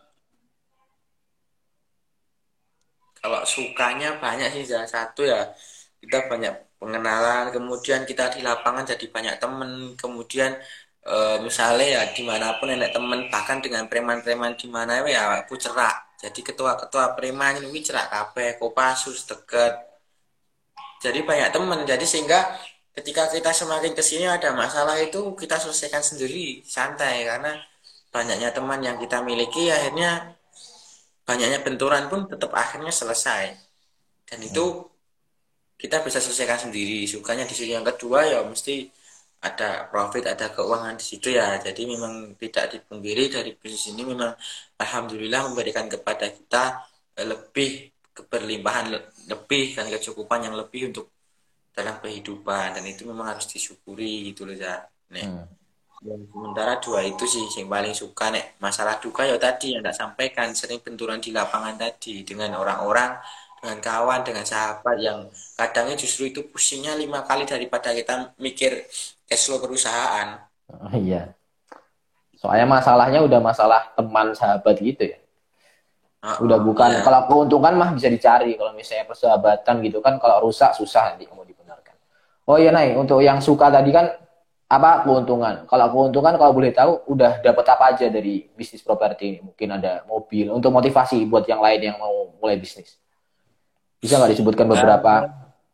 Speaker 2: Kalau sukanya banyak sih, salah satu ya kita banyak pengenalan, kemudian kita di lapangan jadi banyak temen, kemudian eh, misalnya ya dimanapun enak temen, bahkan dengan preman-preman di mana ya aku cerak. Jadi ketua-ketua preman ini cerak kabeh, Kopassus deket. Jadi banyak temen, jadi sehingga ketika kita semakin kesini ada masalah itu kita selesaikan sendiri, santai karena banyaknya teman yang kita miliki akhirnya banyaknya benturan pun tetap akhirnya selesai dan itu
Speaker 1: Hmm.
Speaker 2: kita bisa selesaikan sendiri. Sukanya di situ yang kedua ya mesti ada profit, ada keuangan di situ ya. Jadi memang tidak dipungkiri dari bisnis ini memang alhamdulillah memberikan kepada kita eh, lebih keberlimpahan le- lebih dan kecukupan yang lebih untuk dalam kehidupan dan itu memang harus disyukuri gitu loh ya. Nek.
Speaker 1: Hmm.
Speaker 2: Dan sementara dua itu sih yang paling suka nek masalah duka ya tadi yang tak sampaikan sering benturan di lapangan tadi dengan orang-orang dengan kawan dengan sahabat yang kadangnya justru itu pusingnya lima kali daripada kita mikir cash flow perusahaan.
Speaker 1: Oh, iya. Soalnya masalahnya udah masalah teman sahabat gitu ya. Udah
Speaker 2: Oh,
Speaker 1: bukan,
Speaker 2: iya.
Speaker 1: kalau keuntungan mah bisa dicari. Kalau misalnya persahabatan gitu kan, kalau rusak susah nanti mau dibenarkan. Oh iya, Nay, untuk yang suka tadi kan apa keuntungan? Kalau keuntungan kalau boleh tahu udah dapat apa aja dari bisnis properti ini? Mungkin ada mobil untuk motivasi buat yang lain yang mau mulai bisnis. Bisa nggak disebutkan beberapa?
Speaker 2: Eh,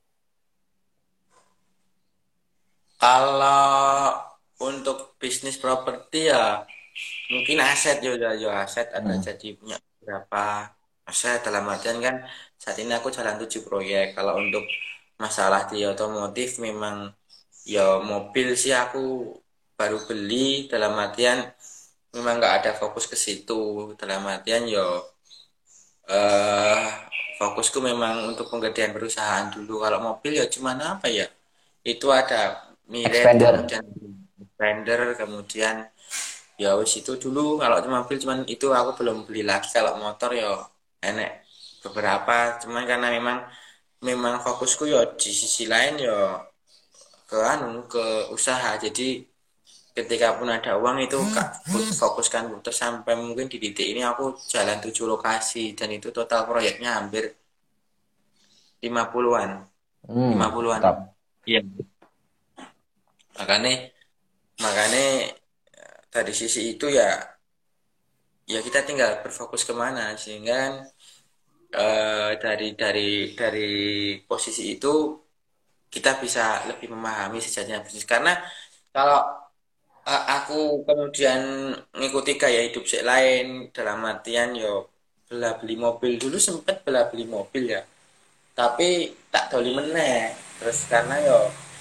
Speaker 2: Kalau untuk bisnis properti ya mungkin aset juga ya aset ada
Speaker 1: Hmm.
Speaker 2: jadi punya berapa aset dalam artian kan saat ini aku jalan tujuh proyek. Kalau untuk masalah di otomotif memang ya mobil sih aku baru beli dalam artian memang nggak ada fokus ke situ dalam artian ya eh fokusku memang untuk penggedean perusahaan dulu. Kalau mobil ya cuman apa ya itu ada Miret
Speaker 1: Expander.
Speaker 2: kemudian Defender kemudian ya wis itu dulu kalau cuma mobil cuman itu aku belum beli lagi kalau motor ya enek beberapa cuman karena memang memang fokusku ya di sisi lain ya ke anu ke usaha jadi ketika pun ada uang itu kak fokuskan terus sampai mungkin di titik ini aku jalan tujuh lokasi dan itu total proyeknya hampir lima puluhan-an lima
Speaker 1: Hmm,
Speaker 2: puluhan-an
Speaker 1: mantap.
Speaker 2: iya makanya makanya dari sisi itu ya ya kita tinggal berfokus kemana sehingga eh, dari dari dari posisi itu kita bisa lebih memahami sejarahnya bisnis karena kalau eh, aku kemudian mengikuti gaya hidup si lain dalam artian yo bela beli mobil dulu sempet bela beli mobil ya tapi tak doli meneh terus karena yo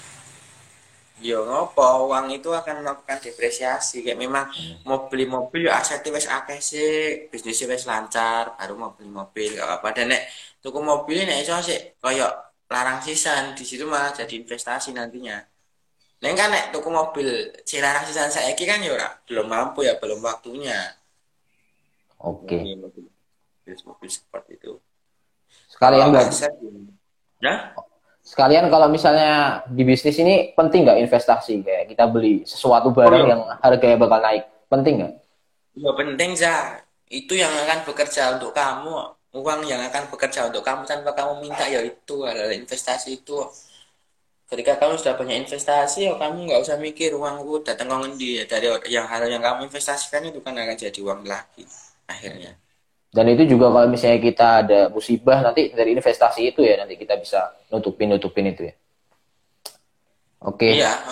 Speaker 2: yo ngopo uang itu akan melakukan depresiasi kayak memang
Speaker 1: Hmm.
Speaker 2: mau beli mobil ya asetnya wes akeh sih bisnisnya wes lancar baru mau beli mobil gak apa dan nek tuku mobil nek iso sih koyo larang sisan di situ malah jadi investasi nantinya nek kan nek tuku mobil si larang sisan saiki kan ya ora belum mampu ya belum waktunya
Speaker 1: Oke.
Speaker 2: mobil mobil seperti itu kalau
Speaker 1: Sekalian buat
Speaker 2: aset ya
Speaker 1: sekalian kalau misalnya di bisnis ini penting nggak investasi kayak kita beli sesuatu
Speaker 2: oh
Speaker 1: barang
Speaker 2: ya
Speaker 1: yang harganya bakal naik. Penting nggak?
Speaker 2: ya penting za itu yang akan bekerja untuk kamu uang yang akan bekerja untuk kamu tanpa kamu minta ya itu adalah investasi itu ketika kamu sudah banyak investasi ya kamu nggak usah mikir uangku datang ke ngendi ya dari yang hal yang kamu investasikan itu kan akan jadi uang lagi akhirnya
Speaker 1: Dan itu juga kalau misalnya kita ada musibah nanti dari investasi itu ya nanti kita bisa nutupin nutupin itu ya.
Speaker 2: iya
Speaker 1: Oke,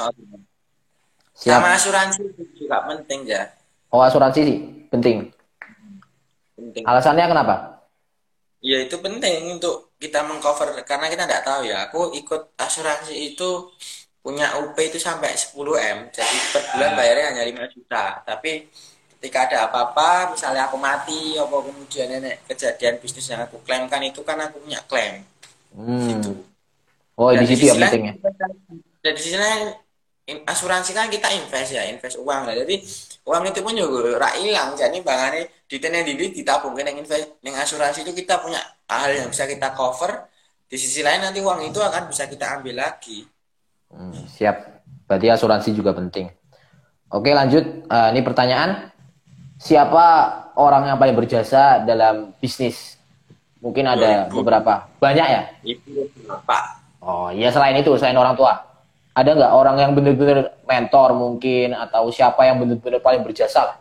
Speaker 2: sama
Speaker 1: siap.
Speaker 2: asuransi juga penting ya
Speaker 1: Oh, asuransi sih penting.
Speaker 2: penting
Speaker 1: Alasannya kenapa?
Speaker 2: Ya itu penting untuk kita mengcover karena kita nggak tahu ya. Aku ikut asuransi itu punya U P itu sampai sepuluh M. Jadi per bulan bayarnya hanya lima juta. Tapi ketika ada apa-apa, misalnya aku mati, apa kemudian nenek kejadian bisnis yang aku klaimkan itu kan aku punya klaim
Speaker 1: Hmm.
Speaker 2: gitu.
Speaker 1: Oh,
Speaker 2: Dan
Speaker 1: di
Speaker 2: di
Speaker 1: situ ya
Speaker 2: sisi lain,
Speaker 1: pentingnya.
Speaker 2: dan di sisi lain in- asuransi kan kita invest ya, invest uang lah. Jadi uang itu pun juga rak hilang. Jadi bangane di yang di ditabung yang invest, yang asuransi itu kita punya hal yang bisa kita cover. Di sisi lain nanti uang itu akan bisa kita ambil lagi.
Speaker 1: Hmm, siap. Berarti asuransi juga penting. Oke, lanjut. Eh, ini pertanyaan. Siapa orang yang paling berjasa dalam bisnis? Mungkin
Speaker 2: Yo
Speaker 1: ada
Speaker 2: ibu,
Speaker 1: beberapa. Banyak ya?
Speaker 2: ibu bapak.
Speaker 1: Oh iya, selain itu, selain orang tua. Ada nggak orang yang benar-benar mentor mungkin atau siapa yang benar-benar paling berjasa lah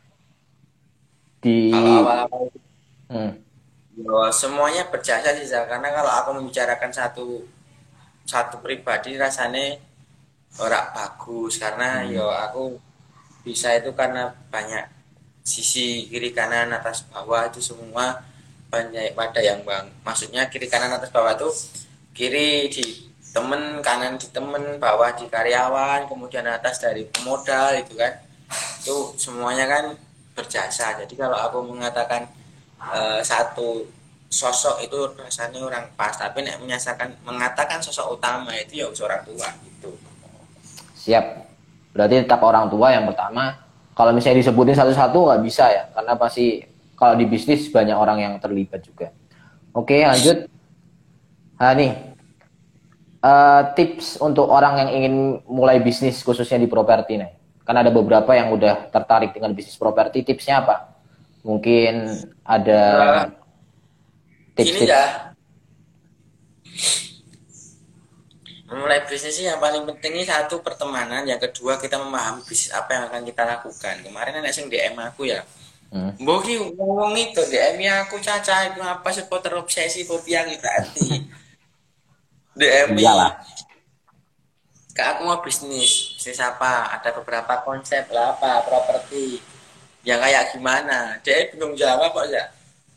Speaker 2: Kalau
Speaker 1: di
Speaker 2: awal-awal
Speaker 1: hmm,
Speaker 2: yo, semuanya berjasa sih Zal. Karena kalau aku membicarakan satu satu pribadi rasanya orang bagus karena yo
Speaker 1: hmm,
Speaker 2: aku bisa itu karena banyak sisi kiri kanan atas bawah itu semua banyak pada yang bang maksudnya kiri kanan atas bawah itu kiri di temen kanan di temen bawah di karyawan kemudian atas dari pemodal itu kan itu semuanya kan berjasa jadi kalau aku mengatakan eh, satu sosok itu rasanya orang pas tapi nek menyatakan mengatakan sosok utama itu ya seorang tua gitu.
Speaker 1: siap. Berarti tetap orang tua yang pertama. Kalau misalnya disebutin satu-satu nggak bisa ya, karena pasti kalau di bisnis banyak orang yang terlibat juga. Oke, lanjut. Nah, nih eh, tips untuk orang yang ingin mulai bisnis khususnya di properti nih. Kan ada beberapa yang udah tertarik dengan bisnis properti. Tipsnya apa? Mungkin ada
Speaker 2: Uh, gini
Speaker 1: tips-tips.
Speaker 2: ya memulai bisnis sih yang paling penting ini satu pertemanan, yang kedua kita memahami bisnis apa yang akan kita lakukan. Kemarin ada yang D M aku ya,
Speaker 1: Hmm.
Speaker 2: Bogi ngomong itu D M ya aku caca itu apa sih kok terobsesi fobia berarti D M
Speaker 1: Iyalah.
Speaker 2: Kak aku mau bisnis, bisnis apa? Ada beberapa konsep lah apa properti yang kayak gimana? Dia belum jawab kok ya.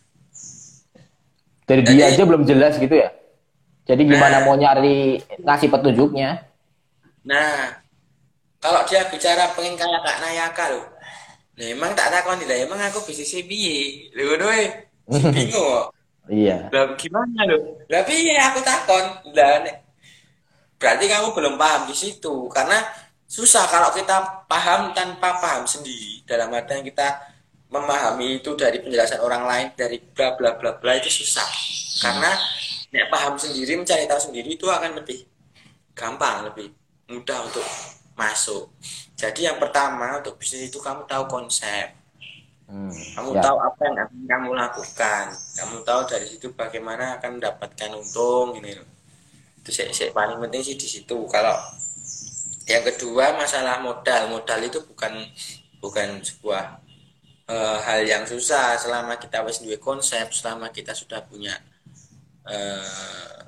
Speaker 1: Dari dia aja
Speaker 2: Jadi,
Speaker 1: belum jelas gitu ya. Jadi gimana mau
Speaker 2: nah,
Speaker 1: nyari ngasih petunjuknya?
Speaker 2: nah kalau dia bicara pengen kayak Kak Nayaka loh, nah, emang tak takon tidak emang aku bisnis piye? Lho ngono e. Si bingung kok.
Speaker 1: Iya.
Speaker 2: Lah gimana lho? Lah piye aku takon? Lah nek berarti kamu belum paham di situ karena susah kalau kita paham tanpa paham sendiri. Dalam artian kita memahami itu dari penjelasan orang lain dari bla bla bla bla itu susah.
Speaker 1: Hmm.
Speaker 2: Karena nek paham sendiri mencari tahu sendiri itu akan lebih gampang, lebih mudah untuk masuk. Jadi yang pertama untuk bisnis itu kamu tahu konsep.
Speaker 1: Hmm.
Speaker 2: Kamu
Speaker 1: Siap.
Speaker 2: tahu apa yang akan kamu lakukan. Kamu tahu dari situ bagaimana akan mendapatkan untung ini loh. Itu sih, sih paling penting sih di situ. Kalau yang kedua masalah modal. Modal itu bukan bukan sebuah eh, hal yang susah selama kita wis duwe konsep, selama kita sudah punya eh,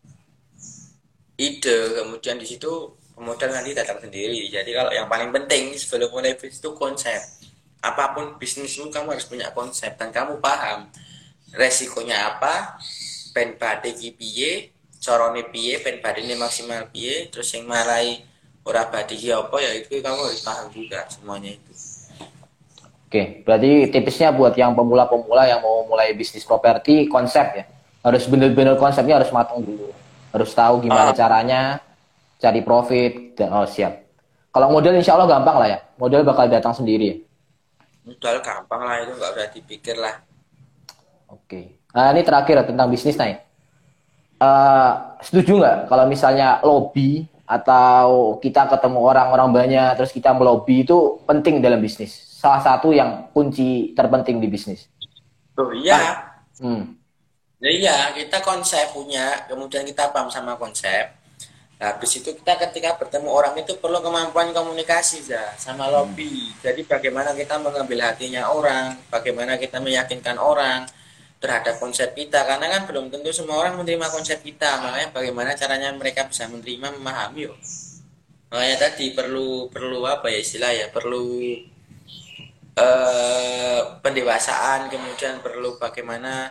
Speaker 2: ide, kemudian di situ pemodal nanti datang sendiri. Jadi kalau yang paling penting sebelum mulai bisnis itu konsep. Apapun bisnismu kamu harus punya konsep dan kamu paham resikonya apa, pen badhe ki piye, carane piye, pen badhe maksimal piye, terus yang marai ora badhe ki apa ya itu kamu harus paham juga semuanya itu.
Speaker 1: Oke, berarti tipsnya buat yang pemula-pemula yang mau mulai bisnis properti, konsep ya. Harus bener-bener konsepnya harus matang dulu. Harus tahu gimana
Speaker 2: Ah,
Speaker 1: caranya cari profit dan oh siap. Kalau modal insya Allah gampang lah ya. Modal bakal datang sendiri ya.
Speaker 2: modal gampang lah itu nggak usah dipikir lah.
Speaker 1: Oke. Nah ini terakhir tentang bisnis nih. Eh, setuju nggak kalau misalnya lobby atau kita ketemu orang-orang banyak terus kita melobi itu penting dalam bisnis. Salah satu yang kunci terpenting di bisnis.
Speaker 2: Oh
Speaker 1: Kan?
Speaker 2: iya,
Speaker 1: Hmm.
Speaker 2: ya iya kita konsep punya, kemudian kita paham sama konsep. Nah, habis itu kita ketika bertemu orang itu perlu kemampuan komunikasi ya, sama
Speaker 1: Hmm.
Speaker 2: lobby. Jadi bagaimana kita mengambil hatinya orang, bagaimana kita meyakinkan orang terhadap konsep kita. Karena kan belum tentu semua orang menerima konsep kita. Makanya bagaimana caranya mereka bisa menerima, memahami. Yo. Makanya tadi perlu perlu apa ya istilah ya, perlu eh, pendewasaan, kemudian perlu bagaimana.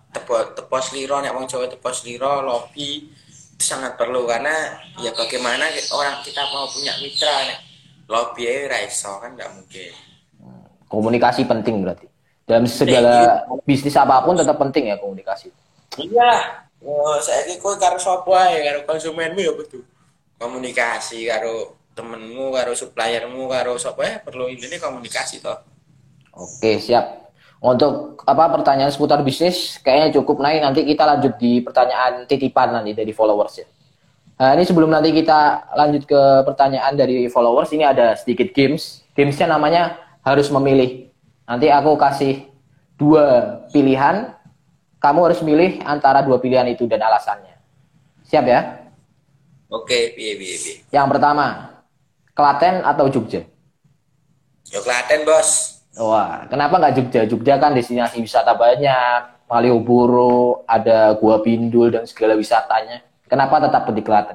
Speaker 2: tepo tepos liro nek wong Jawa tepos liro lobby itu sangat perlu karena ya bagaimana orang kita mau punya mitra nek lobby ae ra iso kan nggak mungkin.
Speaker 1: Komunikasi penting berarti. Dalam
Speaker 2: Nek iki
Speaker 1: segala bisnis apapun tetap penting ya komunikasi.
Speaker 2: iya, oh, saiki kowe karo sapa ae karo konsumenmu ya kudu komunikasi karo temenmu, karo suppliermu, karo sapa ya perlu intine komunikasi toh.
Speaker 1: Oke, siap. Untuk apa pertanyaan seputar bisnis kayaknya cukup, naik nanti kita lanjut di pertanyaan titipan nanti dari followers ya. Nah, ini sebelum nanti kita lanjut ke pertanyaan dari followers, ini ada sedikit games. Gamesnya namanya harus memilih. Nanti aku kasih dua pilihan, kamu harus milih antara dua pilihan itu dan alasannya. Siap ya?
Speaker 2: Oke, piye piye piye.
Speaker 1: Yang pertama, Klaten atau Jogja?
Speaker 2: Yo Klaten, Bos.
Speaker 1: Wah, kenapa nggak Jogja? Jogja kan destinasi wisata banyak, Malioboro, ada Gua Pindul dan segala wisatanya. Kenapa tetap di Klaten?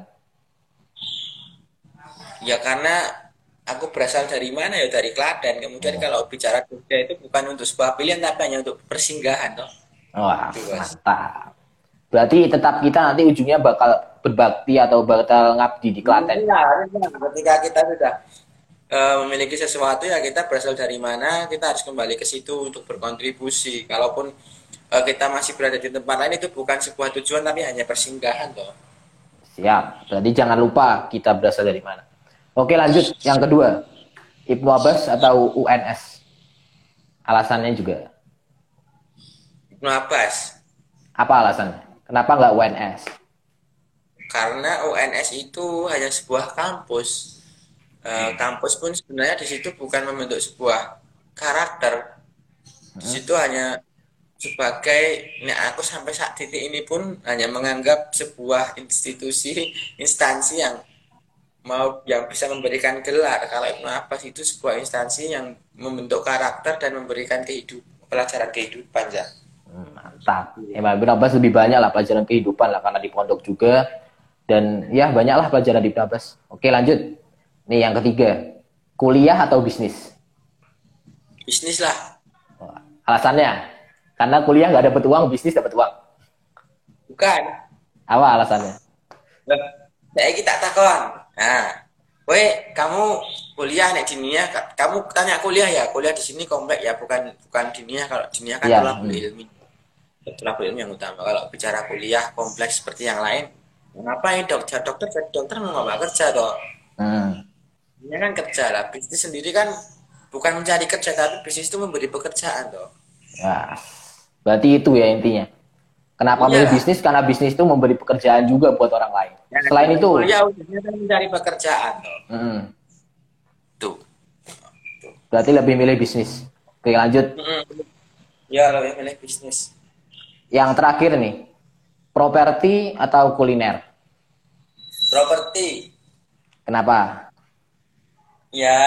Speaker 2: Ya karena aku berasal dari mana ya dari Klaten. Kemudian kalau bicara Jogja itu bukan untuk sebuah pilihan tapi hanya untuk persinggahan toh.
Speaker 1: Wah,
Speaker 2: Itu, Bos.
Speaker 1: mantap. Berarti tetap kita nanti ujungnya bakal berbakti atau bakal ngabdi di Klaten.
Speaker 2: Ya, ketika kita sudah uh, memiliki sesuatu ya kita berasal dari mana, kita harus kembali ke situ untuk berkontribusi. Kalaupun uh, kita masih berada di tempat lain itu bukan sebuah tujuan tapi hanya persinggahan toh.
Speaker 1: Siap. Berarti jangan lupa kita berasal dari mana. Oke, lanjut. Yang kedua, Ibnu Abbas atau U N S? Alasannya juga.
Speaker 2: Ibnu Abbas.
Speaker 1: Apa alasannya? Kenapa nggak U N S?
Speaker 2: Karena U N S itu hanya sebuah kampus. Uh, kampus pun sebenarnya di situ bukan membentuk sebuah karakter. Di situ hanya sebagai, nah aku sampai saat titik ini pun hanya menganggap sebuah institusi, instansi yang mau yang bisa memberikan gelar. Kalau Ibnu Abbas itu sebuah instansi yang membentuk karakter dan memberikan kehidupan, pelajaran kehidupan ya.
Speaker 1: Hmm, mantap. Emang Ibnu Abbas lebih banyak lah pelajaran kehidupan lah karena di pondok juga, dan ya banyaklah pelajaran di Ibnu Abbas. Oke, lanjut. Nih yang ketiga, kuliah atau bisnis?
Speaker 2: Bisnis lah.
Speaker 1: Wah, alasannya? Karena kuliah nggak dapat uang, bisnis dapat uang.
Speaker 2: Bukan.
Speaker 1: Apa alasannya?
Speaker 2: Saya kita takon. Nah, weh kamu kuliah nih dinia, kamu tanya kuliah ya, kuliah di sini komplek ya, bukan bukan dinia. Kalau dinia kan
Speaker 1: Iya.
Speaker 2: tolabul
Speaker 1: Hmm.
Speaker 2: ilmi, tolabul ilmi yang utama. Kalau bicara kuliah kompleks seperti yang lain, ngapain dokter dokter jadi dokter mau nggak kerja toh?
Speaker 1: Hmm.
Speaker 2: Ini kan kerja lah. Bisnis sendiri kan bukan mencari kerja, tapi bisnis itu memberi pekerjaan toh.
Speaker 1: Ya, berarti itu ya intinya. Kenapa milih
Speaker 2: Iya.
Speaker 1: bisnis? Karena bisnis itu memberi pekerjaan juga buat orang lain.
Speaker 2: Ya,
Speaker 1: Selain itu,
Speaker 2: kuliah ujiannya kan mencari pekerjaan toh.
Speaker 1: hmm,
Speaker 2: Tuh.
Speaker 1: berarti lebih milih bisnis. Oke, lanjut.
Speaker 2: Mm-mm. Ya lebih milih bisnis.
Speaker 1: Yang terakhir nih, properti atau kuliner?
Speaker 2: Properti.
Speaker 1: Kenapa?
Speaker 2: Ya,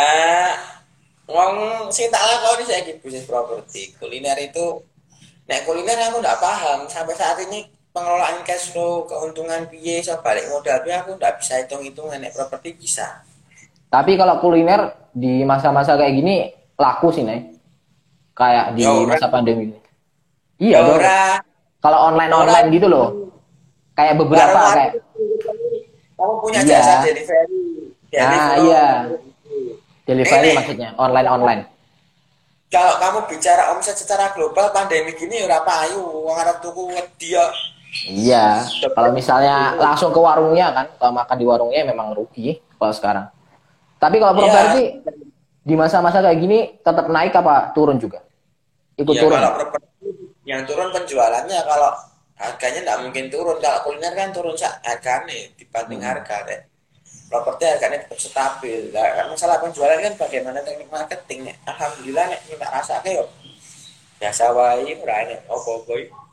Speaker 2: wong sing tak lakoni saiki bisnis properti. Kuliner itu, nek kuliner aku nggak paham sampai saat ini pengelolaan cash flow, keuntungan piye, so balik modal piye aku nggak bisa hitung-hitungan. Nek properti bisa.
Speaker 1: Tapi kalau kuliner di masa-masa kayak gini laku sih, Nek. Kayak di
Speaker 2: Ya, ora.
Speaker 1: masa pandemi ini. Iya,
Speaker 2: Ya
Speaker 1: dong.
Speaker 2: ora.
Speaker 1: Kalau online-online gitu loh. Kayak beberapa
Speaker 2: Baru
Speaker 1: kayak
Speaker 2: kamu punya
Speaker 1: Iya.
Speaker 2: jasa delivery.
Speaker 1: Ah,
Speaker 2: Delivery.
Speaker 1: iya. Delivery
Speaker 2: Ini.
Speaker 1: maksudnya, online-online.
Speaker 2: Kalau kamu bicara omset secara global pandemi gini ora payu, wong arep tuku wedi ya.
Speaker 1: Iya, kalau misalnya langsung ke warungnya kan, kalau makan di warungnya memang rugi kalau sekarang. Tapi kalau
Speaker 2: Iya.
Speaker 1: properti di masa-masa kayak gini tetap naik apa turun juga? Ikut
Speaker 2: Ya,
Speaker 1: turun.
Speaker 2: kalau properti yang turun penjualannya, kalau harganya nggak mungkin turun. Kalau kuliner kan turun sak harganya dibanding
Speaker 1: Hmm.
Speaker 2: harga deh. Properti harganya tetap stabil. Nah, kan masalah penjualan kan bagaimana teknik marketing nih. Alhamdulillah nih kita rasake yo. Biasa wae ora nek opo-opo.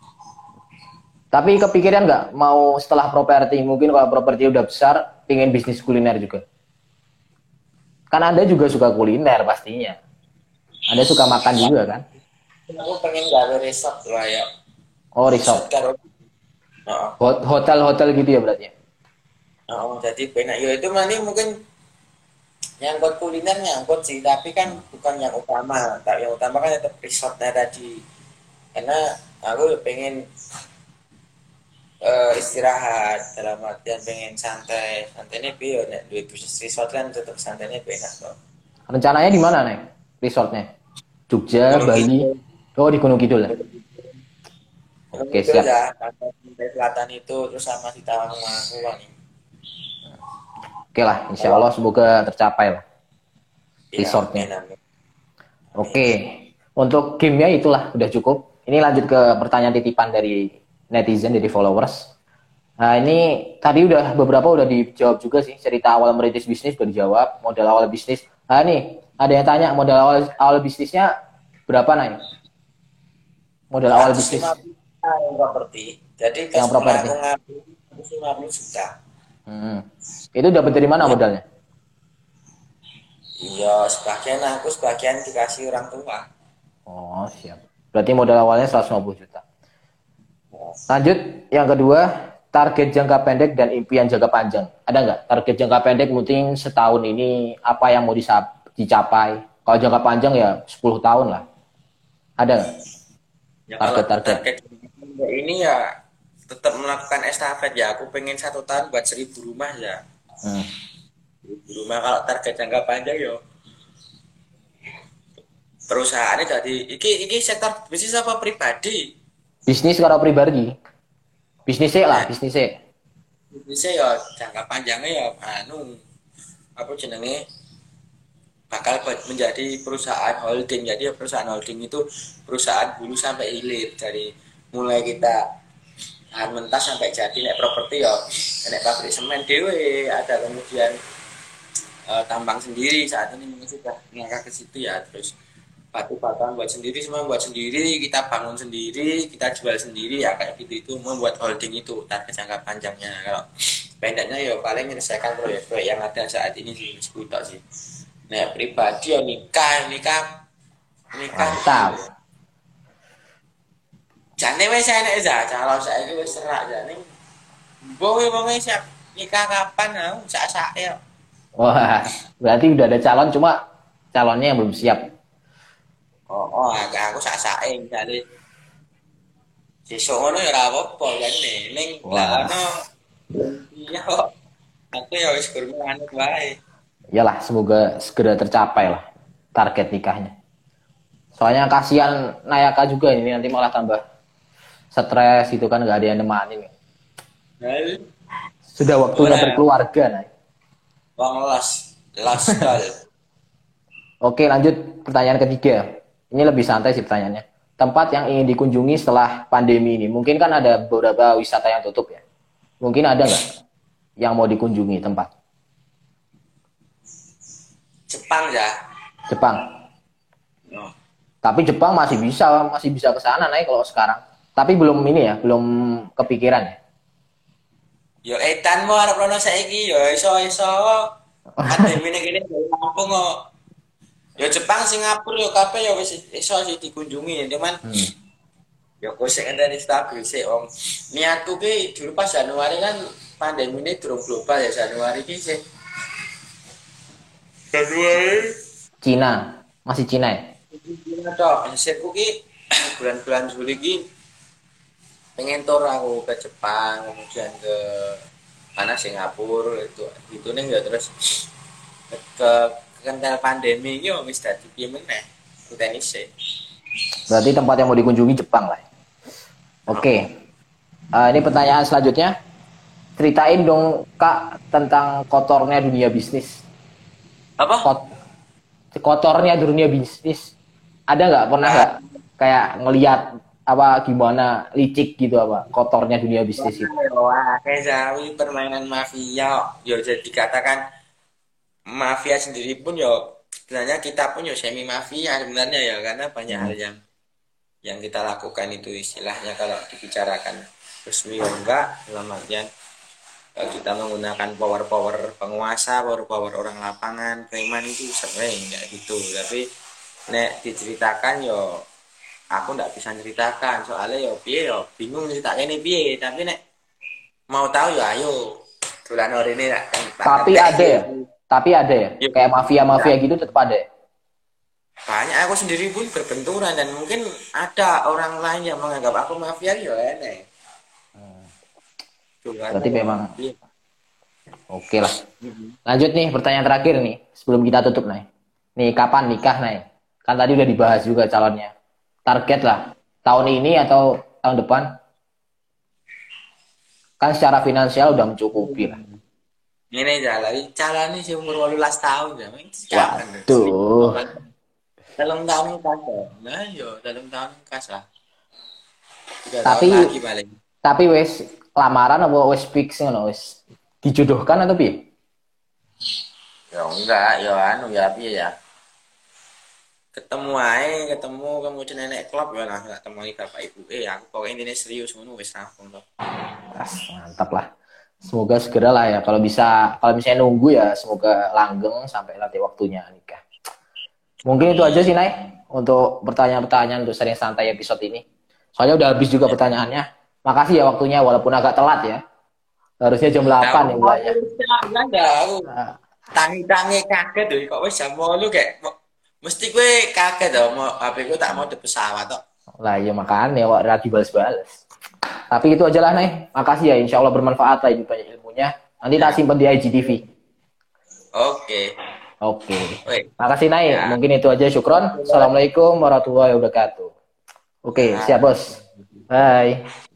Speaker 1: Tapi kepikiran nggak mau setelah properti, mungkin kalau properti udah besar, pengen bisnis kuliner juga? Kan Anda juga suka kuliner pastinya. Anda suka makan juga kan?
Speaker 2: Aku pengen gawe resort lah ya.
Speaker 1: Oh, resort.
Speaker 2: Karo Heeh.
Speaker 1: Hot- Hotel-hotel gitu ya berarti.
Speaker 2: Oh, jadi penak ya itu nanti mungkin nyangkut kuliner nyangkut sih, tapi kan bukan yang utama. Tapi yang utama kan tetap resortnya tadi. karena aku pengen uh, istirahat dalam artian pengen santai santainya bio nek duit bisnis resort kan tetap santainya enak kok.
Speaker 1: Rencananya di mana nih resortnya? Jogja,
Speaker 2: Gunung
Speaker 1: Bali?
Speaker 2: Kidul,
Speaker 1: Oh di Gunung Kidul ya?
Speaker 2: Gunung
Speaker 1: Oke
Speaker 2: Kidul
Speaker 1: siap.
Speaker 2: ya, pantai selatan itu terus sama di Tawangmangu nih.
Speaker 1: Oke lah, insya
Speaker 2: Kalau
Speaker 1: Allah semoga tercapai lah
Speaker 2: ya amin
Speaker 1: resortnya.
Speaker 2: amin amin.
Speaker 1: Oke, untuk gamenya itulah udah cukup. Ini lanjut ke pertanyaan titipan dari netizen, dari followers. Nah ini tadi udah beberapa udah dijawab juga sih. Cerita awal merintis bisnis udah dijawab. Modal awal bisnis. Nah ini ada yang tanya modal awal awal bisnisnya berapa nih? Modal awal
Speaker 2: seratus lima
Speaker 1: bisnis
Speaker 2: puluh juta yang properti. Jadi
Speaker 1: yang
Speaker 2: customer
Speaker 1: properti.
Speaker 2: aku ngambil seratus lima puluh juta.
Speaker 1: Hmm. Itu dapat dari mana
Speaker 2: Ya,
Speaker 1: modalnya?
Speaker 2: iya sebagian aku sebagian dikasih orang tua.
Speaker 1: Oh siap. Berarti modal awalnya seratus lima puluh juta. Lanjut, yang kedua, target jangka pendek dan impian jangka panjang. Ada nggak target jangka pendek mungkin setahun ini apa yang mau dicapai? Kalau jangka panjang ya sepuluh tahun lah. Ada nggak
Speaker 2: Ya kalau
Speaker 1: target-target?
Speaker 2: target ini ya tetap melakukan estafet ya. Aku pengen satu tahun buat seribu rumah ya.
Speaker 1: Hmm.
Speaker 2: Seribu rumah kalau target jangka panjang yo. Perusahaannya jadi iki iki sektor bisnis apa pribadi?
Speaker 1: Bisnis kalau pribadi, bisnisnya lah,
Speaker 2: Nah,
Speaker 1: bisnisnya.
Speaker 2: bisnisnya ya jangka panjangnya ya anu apa jenenge bakal menjadi perusahaan holding. Jadi perusahaan holding itu perusahaan hulu sampai hilir dari mulai kita bahan mentah sampai jadi nek properti ya nek pabrik semen dewe ada kemudian uh, tambang sendiri saat ini sudah ngangkat ke situ ya terus batu batuan buat sendiri semua buat sendiri kita bangun sendiri kita jual sendiri ya kayak gitu itu membuat holding itu target jangka panjangnya kalau pendeknya ya paling menyelesaikan proyek-proyek yang ada saat ini sih sebuah sih. Nah pribadi ya nikah nikah nikah
Speaker 1: Mantap.
Speaker 2: jane wis enek ya calon saiki wis serak jane mbok wong siap nikah kapan aku sak-sak ya.
Speaker 1: Wah, berarti udah ada calon cuma calonnya yang belum siap.
Speaker 2: Oh, oh agak aku sak-sake misale sesuk ngono ya ora apa-apa jane ning
Speaker 1: Wah,
Speaker 2: lah ono iya kok aku ya wis kurang manut wae.
Speaker 1: iyalah semoga segera tercapai lah target nikahnya. Soalnya kasihan Nayaka juga ini nanti malah tambah stres itu kan nggak ada yang nemanin.
Speaker 2: Hal
Speaker 1: Sudah waktunya
Speaker 2: ora
Speaker 1: berkeluarga, Nay.
Speaker 2: wong los los tol.
Speaker 1: Oke, lanjut pertanyaan ketiga. Ini lebih santai sih pertanyaannya. Tempat yang ingin dikunjungi setelah pandemi ini. Mungkin kan ada beberapa wisata yang tutup ya. Mungkin ada nggak yang mau dikunjungi tempat?
Speaker 2: Jepang ya.
Speaker 1: Jepang.
Speaker 2: Oh.
Speaker 1: Tapi Jepang masih bisa, masih bisa ke sana naik kalau sekarang. Tapi belum ini ya, belum kepikiran ya.
Speaker 2: Yo edan mau arep rono saiki yo iso-iso. Pandemi ning kene Lampung kok. Yo Jepang, Singapura yo kabeh yo wis iso sih dikunjungi, cuman
Speaker 1: Hmm.
Speaker 2: yo kok sik ngenteni stabil sik wong. Niatku ki dulu pas Januari kan pandemi ini durung global ya Januari ki sih. Januari
Speaker 1: Cina, masih Cina ya?
Speaker 2: tok, prinsipku ki bulan-bulan Juli ki pengen tur aku ke Jepang, kemudian ke mana Singapura itu itu nih ya terus ke, ke kental pandemi ini wis dadi piye meneh kuteni sih.
Speaker 1: Berarti tempat yang mau dikunjungi Jepang lah. Oke. Uh, ini pertanyaan selanjutnya. Ceritain dong Kak tentang kotornya dunia bisnis.
Speaker 2: Apa?
Speaker 1: Kot kotornya dunia bisnis. Ada nggak pernah nggak kayak ngelihat apa gimana licik gitu apa kotornya dunia bisnis itu?
Speaker 2: Wah, kayak Zawi permainan mafia, yo jadi dikatakan mafia sendiri pun yo sebenarnya kita pun yo semi mafia sebenarnya ya karena banyak
Speaker 1: Hmm.
Speaker 2: hal yang yang kita lakukan itu istilahnya kalau dibicarakan resmi yo enggak dalam artian kalau kita menggunakan power-power penguasa, power-power orang lapangan, preman itu sebenarnya enggak gitu. Tapi nek diceritakan yo aku ndak bisa ceritakan soalnya yo piye yo bingung ceritanya ini piye tapi nek mau tahu ya ayo tulan hari ini nak
Speaker 1: Tapi ada ya, tapi ada ya,
Speaker 2: Yuk.
Speaker 1: kayak mafia-mafia gitu tetap ada ya?
Speaker 2: banyak, aku sendiri pun berbenturan dan mungkin ada orang lain yang menganggap aku mafia ya aneh.
Speaker 1: Berarti
Speaker 2: Ya.
Speaker 1: memang oke lah. Lanjut nih pertanyaan terakhir nih sebelum kita tutup nih. Nih kapan nikah nih? Kan tadi udah dibahas juga calonnya. Target lah tahun ini atau tahun depan? Kan secara finansial udah mencukupi lah.
Speaker 2: Ini jalan, jalan ini umur delapan belas tahun ya. Kapan?
Speaker 1: Waduh.
Speaker 2: Dalam tahun kas ya. Nah, yo dalam tahun kas lah. Tiga tahun
Speaker 1: Tapi
Speaker 2: lagi paling.
Speaker 1: tapi wes lamaran apa wes fix ngono wes dijodohkan atau piye?
Speaker 2: Ya enggak, ya anu ya piye ya. Ketemu aja, ketemu kemudian nenek klub ya lah, nggak temui bapak ibu. Eh, aku pokoknya intinya serius ngono wis rampung toh.
Speaker 1: Ah, mantap lah. Semoga segera lah ya. Kalau bisa, kalau misalnya nunggu ya semoga langgeng sampai nanti waktunya nikah. Mungkin itu aja sih, Nay, untuk pertanyaan-pertanyaan untuk sering santai episode ini. Soalnya udah habis juga pertanyaannya. Makasih ya waktunya, walaupun agak telat ya. Harusnya jam delapan ya mulainya.
Speaker 2: Enggak, aku tangi-tangi kaget tuh, kok wis jam lu kayak mesti gue kaget dong, mau H P gue tak mau di pesawat toh.
Speaker 1: Lah iya makanya, wak lagi balas-balas. Tapi itu aja lah, Nay. Makasih ya, insya Allah bermanfaat lah, ini banyak ilmunya. Nanti tak simpan di I G T V.
Speaker 2: Oke.
Speaker 1: Oke.
Speaker 2: Wait.
Speaker 1: Makasih, Nay.
Speaker 2: Ya.
Speaker 1: Mungkin itu aja, syukron. Assalamualaikum warahmatullahi wabarakatuh. Oke, siap, Bos. Bye.